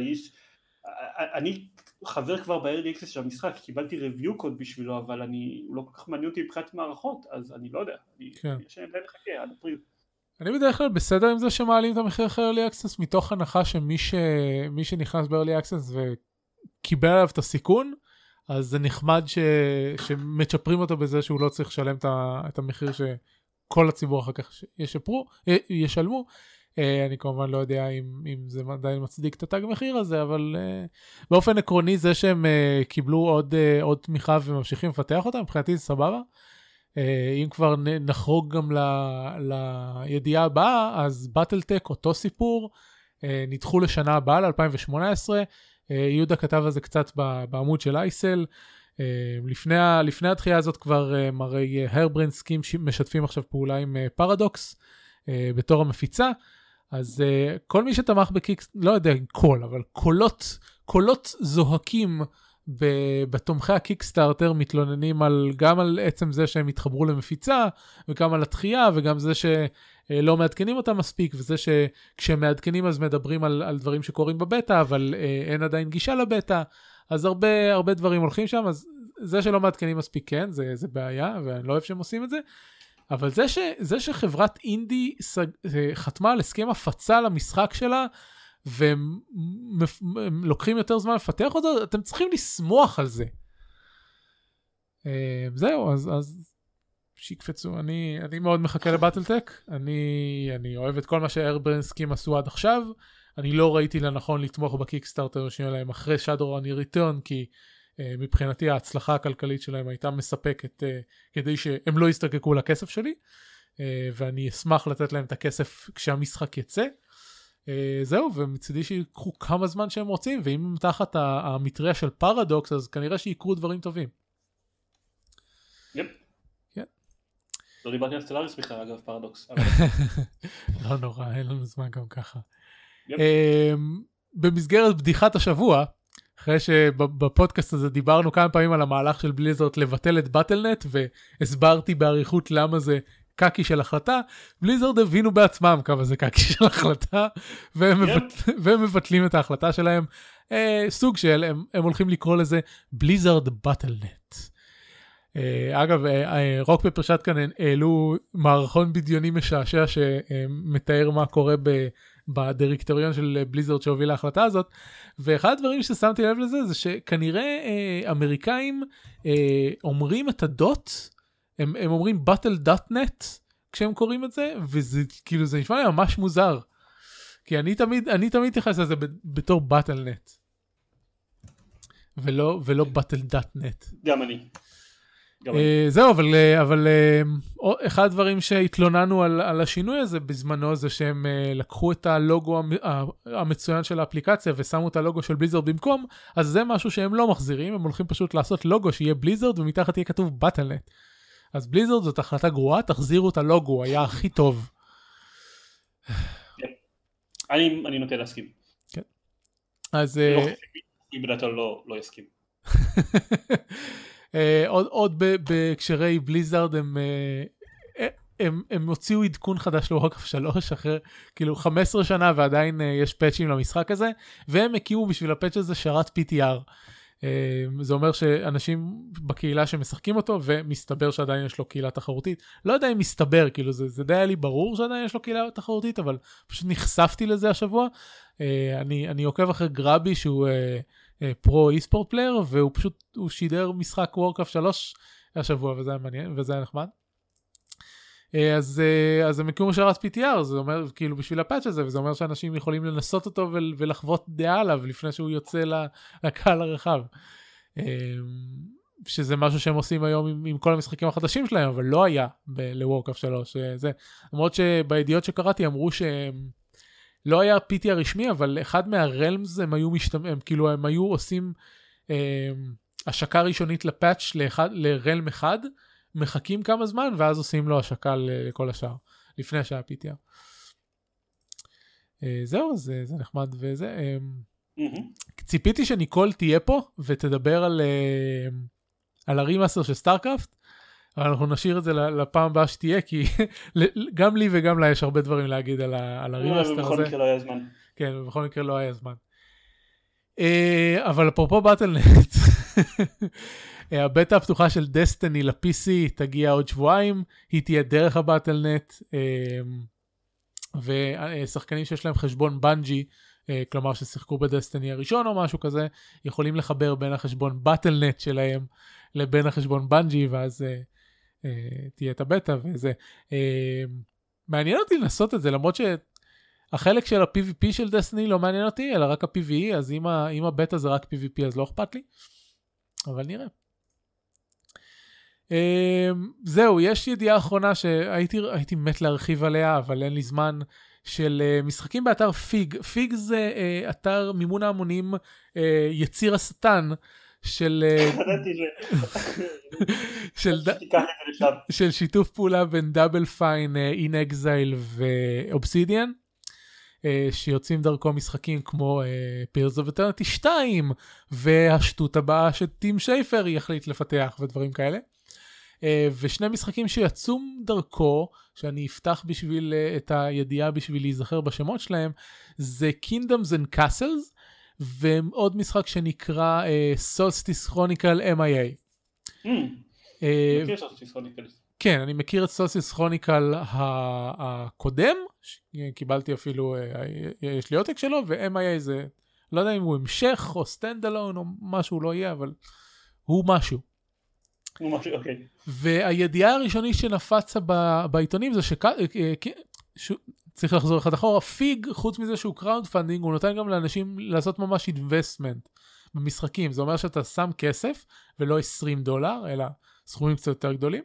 אני חבר כבר ב-early access של המשחק, קיבלתי review קוד בשבילו, אבל הוא לא כל כך מעניין אותי מבחינת מערכות, אז אני לא יודע, אני עדיין מחכה עד אפריל. אני בדרך כלל בסדר עם זה שמעלים את המחיר אחרי early access, מתוך הנחה שמי שנכנס ב-early access וקיבל עליו את הסיכון, אז זה נחמד שמצ'פרים אותו בזה שהוא לא צריך לשלם את המחיר שכל הציבור אחר כך ישלמו. אני כמובן לא יודע אם זה עדיין מצדיק את התג מחיר הזה, אבל באופן עקרוני זה שהם קיבלו עוד תמיכה וממשיכים לפתח אותה, מבחינתי זה סבבה. אם כבר נחרוג גם לידיעה הבאה, אז בטלטק, אותו סיפור, נדחו לשנה הבאה, ל-2018, יהודה כתב על זה קצת בעמוד של אייסל, לפני התחייה הזאת כבר הרי הרברנד סקים משתפים עכשיו פעולה עם פרדוקס, בתור המפיצה, אז כל מי שתמך לא יודע אבל קולות זוהקים בתומכי הקיקסטארטר מתלוננים גם על עצם זה שהם התחברו למפיצה, וגם על התחייה, וגם זה שלא מעדכנים אותם מספיק, וזה שכשהם מעדכנים אז מדברים על דברים שקורים בבטא, אבל אין עדיין גישה לבטא, אז הרבה דברים הולכים שם, אז זה שלא מעדכנים מספיק כן, זה בעיה, ואני לא אוהב שהם עושים את זה, אבל זה שחברת אינדי חתמה על הסכם הפצה למשחק שלה, והם לוקחים יותר זמן לפתח אותו, אתם צריכים לשמוח על זה. זהו, אז שיקפצו. אני מאוד מחכה לבטלטק, אני אוהב את כל מה שהרברנסקים עשו עד עכשיו, אני לא ראיתי לנכון לתמוך בקיקסטארטר שלהם אחרי Shadowrun Return, כי מבחינתי ההצלחה הכלכלית שלהם הייתה מספקת כדי שהם לא יסתקקו לכסף שלי, ואני אשמח לתת להם את הכסף כשהמשחק יצא. זהו, ומצידי שיקחו כמה זמן שהם רוצים, ואם הם תחת המטריה של פרדוקס, אז כנראה שיקרו דברים טובים. יפ. כן. לא דיברתי על סטלאריס בכלל, אגב, פרדוקס. לא נורא, אין לנו זמן גם ככה. במסגרת בדיחת השבוע, אחרי שבפודקאסט הזה דיברנו כמה פעמים על המהלך של בליזרד לבטל את בטלנט, והסברתי בעריכות למה זה קאקי של החלטה, בליזרד הבינו בעצמם כמה זה קאקי של החלטה, והם מבטלים את ההחלטה שלהם, סוג של, הם הולכים לקרוא לזה בליזרד בטלנט. אגב, רוק פפר שטקן העלו מערכון בדיוני משעשע שמתאר מה קורה בדירקטוריון של בליזרד שהוביל להחלטה הזאת, ואחד הדברים ששמתי לב לזה, זה שכנראה אמריקאים אומרים את הדוט, הם אומרים battle.net, כשהם קוראים את זה, וזה כאילו זה נשמע לי ממש מוזר, כי אני תמיד מתייחס לזה בתור battle.net, ולא battle.net. גם אני. זהו, אבל אחד הדברים שהתלוננו על השינוי הזה בזמנו, זה שהם לקחו את הלוגו המצוין של האפליקציה, ושמו את הלוגו של בליזרד במקום, אז זה משהו שהם לא מחזירים, הם הולכים פשוט לעשות לוגו שיהיה בליזרד, ומתחת יהיה כתוב battle.net. אז בליזרד זאת החלטה גרועה, תחזירו את הלוגו, היה הכי טוב. אני נוטה להסכים. כן. אז... בדעתו לא יסכים. עוד בהקשרי בליזרד הם הוציאו עדכון חדש לוורקראפט 3 אחרי כאילו 15 שנה ועדיין יש פאצ'ים למשחק הזה, והם הקימו בשביל הפאצ' הזה שרת PTR. זה אומר שאנשים בקהילה שמשחקים אותו, ומסתבר שעדיין יש לו קהילה תחרותית. לא יודע אם מסתבר, כאילו זה די היה לי ברור שעדיין יש לו קהילה תחרותית, אבל פשוט נחשפתי לזה השבוע. אני עוקב אחרי גרבי שהוא פרו אי-ספורט פלייר, והוא פשוט, הוא שידר משחק וורקראפט 3 השבוע, וזה היה מעניין, וזה היה נחמד. אז הם הקימו שרת PTR, זה אומר, כאילו בשביל הפאץ' הזה, וזה אומר שאנשים יכולים לנסות אותו ולחוות דעה עליו, לפני שהוא יוצא לקהל הרחב. שזה משהו שהם עושים היום עם כל המשחקים החדשים שלהם, אבל לא היה לוורקראפט 3. למרות שבידיעות שקראתי אמרו שלא היה PTR רשמי, אבל אחד מהרלמס הם היו עושים השקה ראשונית לפאץ' לרלם אחד, מחכים כמה זמן, ואז עושים לו השקה לכל השאר, לפני שהיה PTR. זהו, זה נחמד, וזה... ציפיתי שניקול תהיה פה, ותדבר על הרימאסטר של סטארקראפט, אבל אנחנו נשאיר את זה לפעם הבאה שתהיה, כי גם לי וגם לה יש הרבה דברים להגיד על הרימאסטר הזה. ובכל מקרה לא היה זמן. כן, ובכל מקרה לא היה זמן. אבל אפרופו באטל.נט, הבטא הפתוחה של דסטיני ל-PC תגיע עוד שבועיים, היא תהיה דרך הבאטל.נט, ושחקנים שיש להם חשבון בנג'י, כלומר ששיחקו בדסטיני הראשון או משהו כזה, יכולים לחבר בין החשבון באטל.נט שלהם לבין החשבון בנג'י, ואז תהיה את הבטא, וזה מעניין אותי לנסות את זה, למרות שהחלק של ה-PvP של דסטיני לא מעניין אותי, אלא רק ה-PvE, אז אם הבטא זה רק PvP אז לא אכפת לי, אבל נראה. זהו, יש ידיעה אחרונה שהייתי מת להרחיב עליה, אבל אין לי זמן, של משחקים באתר פיג. פיג זה אתר מימון ההמונים יציר השטן של של שיתוף פעולה בין דאבל פיין, אין אקזייל ואובסידיאן, שיוצאים דרכו משחקים כמו פירס אוף אטרניטי 2 והשטות הבאה שטים שייפר יחליט לפתח ודברים כאלה. ושני משחקים שיצאו דרכו, שאני אפתח בשביל את הידיעה בשביל להיזכר בשמות שלהם, זה Kingdoms and Castles, ועוד משחק שנקרא Solstice Chronicle MIA. מכיר Solstice Chronicle? כן, אני מכיר את Solstice Chronicle הקודם, קיבלתי אפילו, יש לי עותק שלו, ו-MIA זה, לא יודע אם הוא המשך או סטנדלון או משהו לא יהיה, אבל הוא משהו. אוקיי. והידיעה הראשונית שנפצה בעיתונים זה צריך לחזור אחד אחורה, פיג, חוץ מזה שהוא קראונד פנדינג, הוא נותן גם לאנשים לעשות ממש investment במשחקים. זה אומר שאתה שם כסף, ולא $20, אלא סכומים קצת יותר גדולים,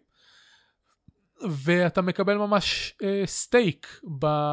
ואתה מקבל ממש סטייק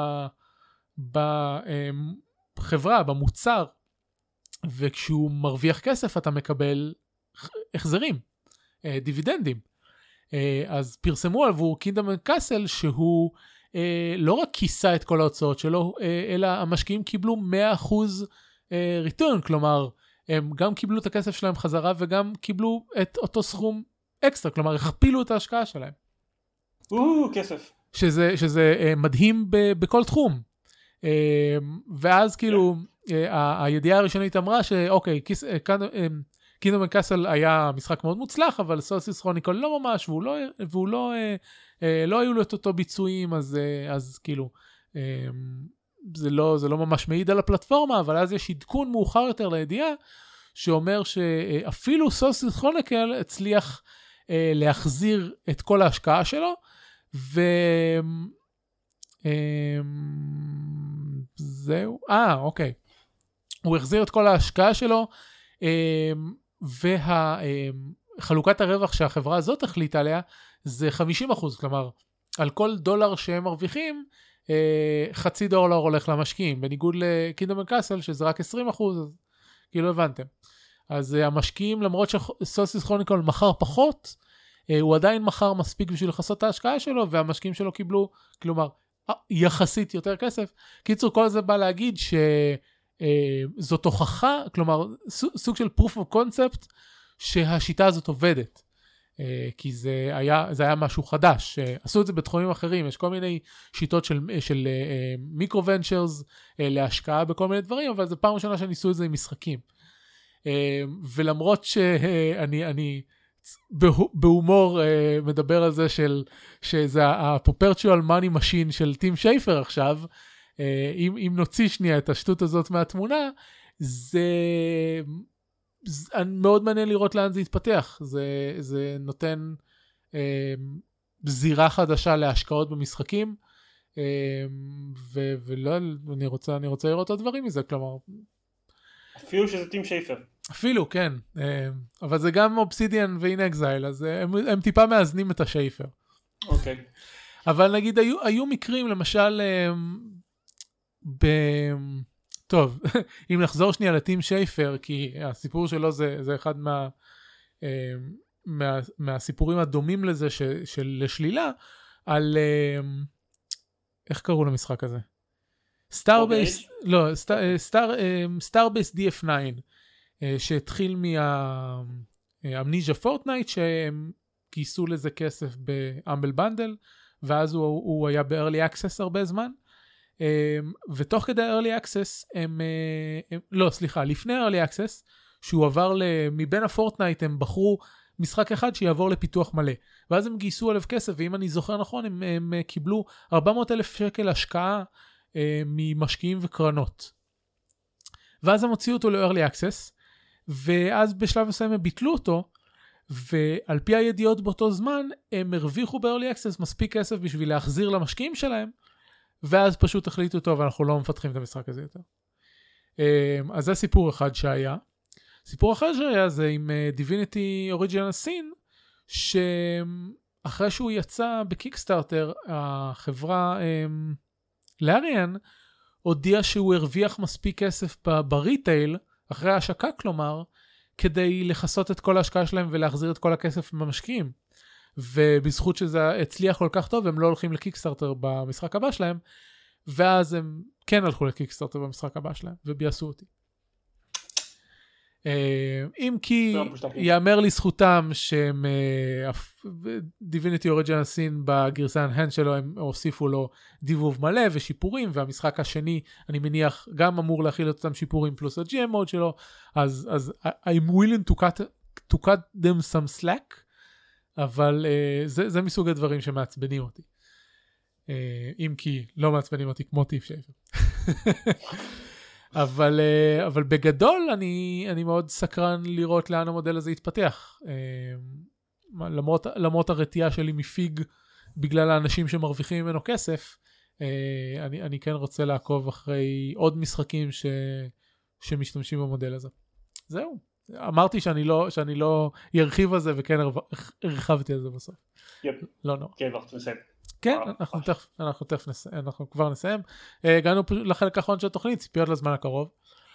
בחברה, במוצר, וכשהוא מרוויח כסף אתה מקבל החזרים, דיבידנדים. אז פרסמו עבור קינגדום אנד קאסל שהוא לא רק כיסה את כל ההוצאות שלו, אלא המשקיעים קיבלו 100% ריטורן, כלומר הם גם קיבלו את הכסף שלהם חזרה וגם קיבלו את אותו סכום אקסטרה, כלומר הכפילו את ההשקעה שלהם. כסף. שזה מדהים בכל תחום. ואז כאילו הידיעה הראשונית אמרה שאוקיי, קינגדום אנד קאסל היה משחק מאוד מוצלח, אבל סולסטיס כרוניקל לא ממש, והוא לא היו לו את אותו ביצועים, אז כאילו זה לא ממש מעיד על הפלטפורמה, אבל אז יש עדכון מאוחר יותר לידיעה, שאומר שאפילו סוסיס כרוניקל הצליח להחזיר את כל ההשקעה שלו, זהו, אוקיי. הוא החזיר את כל ההשקעה שלו, וחלוקת הרווח שהחברה הזאת החליטה עליה, זה 50%, כלומר, על כל דולר שהם מרוויחים, $0.50 הולך למשקיעים, בניגוד לקינגדום אנד קאסל, שזה רק 20%, אז כאילו הבנתם. אז המשקיעים, למרות שסוסיס כרוניקל מחר פחות, הוא עדיין מחר מספיק בשביל לחסות את ההשקעה שלו, והמשקיעים שלו קיבלו, כלומר, יחסית יותר כסף. קיצור, כל זה בא להגיד שזאת הוכחה, כלומר, סוג של proof of concept, שהשיטה הזאת עובדת. כי זה היה משהו חדש. עשו את זה בתחומים אחרים, יש כל מיני שיטות של מיקרו-ונצ'רס להשקעה בכל מיני דברים, אבל זו פעם ראשונה שניסו את זה עם משחקים. ולמרות שאני בהומור מדבר על זה שזה ה-perpetual money machine של טים שייפר עכשיו, אם נוציא שנייה את השטות הזאת מהתמונה, זה מאוד מעניין לראות לאן זה יתפתח. זה נותן זירה חדשה להשקעות במשחקים, ולא, אני רוצה לראות עוד דברים מזה, כלומר, אפילו שזה טים שייפר. אפילו, כן. אבל זה גם אובסידיאן ואין אקזייל, אז הם טיפה מאזנים את השייפר. אוקיי. אבל נגיד, היו מקרים, למשל, טוב, אם נחזור שנייה לטים שייפר, כי הסיפור שלו זה אחד מהסיפורים הדומים לזה של לשלילה, על, איך קראו למשחק הזה? סטארבייס, לא, סטארבייס DF9, שהתחיל מהאמניז'ה פורטנייט, שהם כיסו לזה כסף באמבל בנדל, ואז הוא היה ב-early access הרבה זמן, ותוך כדי early access, לפני early access, שהוא עבר מבין הפורטנייט, הם בחרו משחק אחד שיעבור לפיתוח מלא, ואז הם גייסו עליו כסף, ואם אני זוכר נכון, הם קיבלו 400,000 שקל השקעה, ממשקיעים וקרנות. ואז הם הוציאו אותו ל-early access, ואז בשלב מסוים הם ביטלו אותו, ועל פי הידיעות באותו זמן, הם הרוויחו ב-early access מספיק כסף בשביל להחזיר למשקיעים שלהם, ואז פשוט החליטו אותו, ואנחנו לא מפתחים את המשחק הזה יותר. אז זה סיפור אחד שהיה. סיפור אחר שהיה זה עם Divinity Original Sin, שאחרי שהוא יצא בקיקסטארטר, החברה לאריאן הודיע שהוא הרוויח מספיק כסף בריטייל, אחרי ההשקה כלומר, כדי לחסות את כל ההשקעה שלהם ולהחזיר את כל הכסף במשקיעים. ובזכות שזה הצליח כל כך טוב, הם לא הולכים לקיקסטארטר במשחק הבא שלהם, ואז הם כן הלכו לקיקסטארטר במשחק הבא שלהם, וביאסו אותי. אם כי יאמר לזכותם שהם Divinity Original Sin בגרסה הנהנד שלו, הם הוסיפו לו דיבוב מלא ושיפורים, והמשחק השני אני מניח גם אמור להכיל את אותם שיפורים פלוס ה-GM mode שלו, אז I'm willing to cut them some slack, אבל זה מסוג הדברים שמעצבנים אותי, אם כי לא מעצבנים אותי כמו טיפ שייפר. אבל בגדול אני מאוד סקרן לראות לאן המודל הזה יתפתח. למרות הרתיעה שלי מפיג בגלל האנשים שמרוויחים ממנו כסף, אני כן רוצה לעקוב אחרי עוד משחקים שמשתמשים במודל הזה. זהו. אמרתי שאני לא ירחיב על זה, וכן הרחבתי על זה בסוף. לא נורא. כן, אנחנו נסיים. כן, אנחנו כבר נסיים. הגענו לחלק האחרון של התוכנית, ציפיות לזמן הקרוב.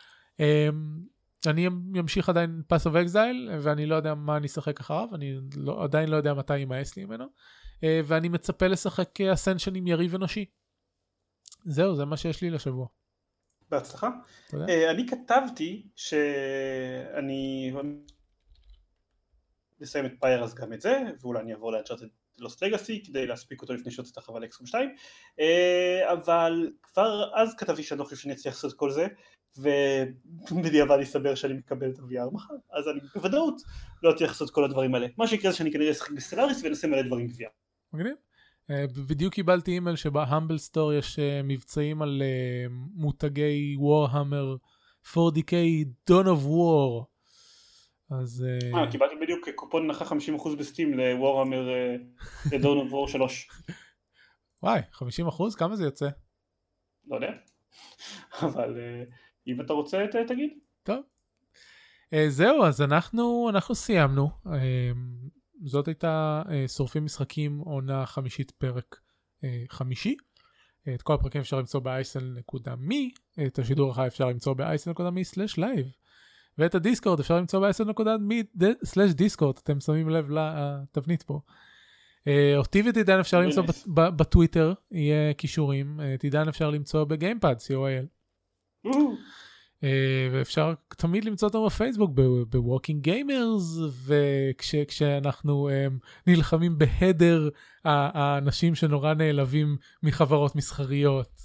אני אמשיך עדיין Path of Exile, ואני לא יודע מה אני אשחק אחריו, אני עדיין לא יודע מתי יימאס לי ממנו, ואני מצפה לשחק Ascension עם יריב אנושי. זהו, זה מה שיש לי לשבוע. בהצלחה. אני כתבתי שאני נסיים את פייר אז גם את זה, ואולי אני אעבור לאנצ'ארטד לוסט לגאסי כדי להספיק אותו לפני שיוצא את החווה לאקסקום 2, אבל כבר אז כתבתי שאני לא חושב שאני אצליח לעשות כל זה, ובדיעבד יסבר שאני מקבל את ה-VR מחר, אז אני בוודאות לא אצליח לעשות כל הדברים האלה. מה שיקרה זה שאני כנראה אשחק בסטלאריס ונעשה מלא דברים ב-VR. מגניב. בדיוק קיבלתי אימייל שבהמבל סטור יש מבצעים על מותגי וורהמר 40K Dawn of War. אז קיבלתי בדיוק קופון נחה 50% בסטים לוורהמר Dawn of War 3. וואי, 50%? כמה זה יוצא? לא יודע, אבל אם אתה רוצה תגיד. טוב. זהו, אז אנחנו סיימנו. זאת הייתה שורפים משחקים עונה חמישית פרק 5. את כל הפרקים אפשר למצוא ב-isl.me, את השידור החי אפשר למצוא ב-isl.me/live, ואת הדיסקורד אפשר למצוא ב-isl.me/discord. אתם שמים לב לתבנית פה. אותי וטידן אפשר למצוא בטוויטר, יהיה קישורים. טידן אפשר למצוא בגיימפד, co.il. ואפשר תמיד למצוא אותם בפייסבוק, בווקינג גיימרס, וכשאנחנו נלחמים בהדר האנשים שנורא נעלבים מחברות מסחריות,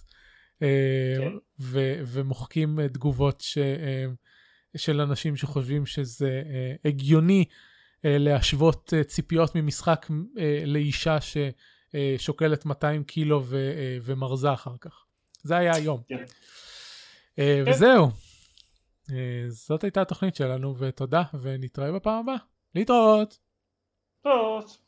ומוחקים תגובות של אנשים שחושבים שזה הגיוני להשוות ציפיות ממשחק לאישה ששוקלת 200 קילו ומרזה אחר כך. זה היה היום. וזהו. זאת הייתה התוכנית שלנו, ותודה, ונתראה בפעם הבאה. להתראות. טוב.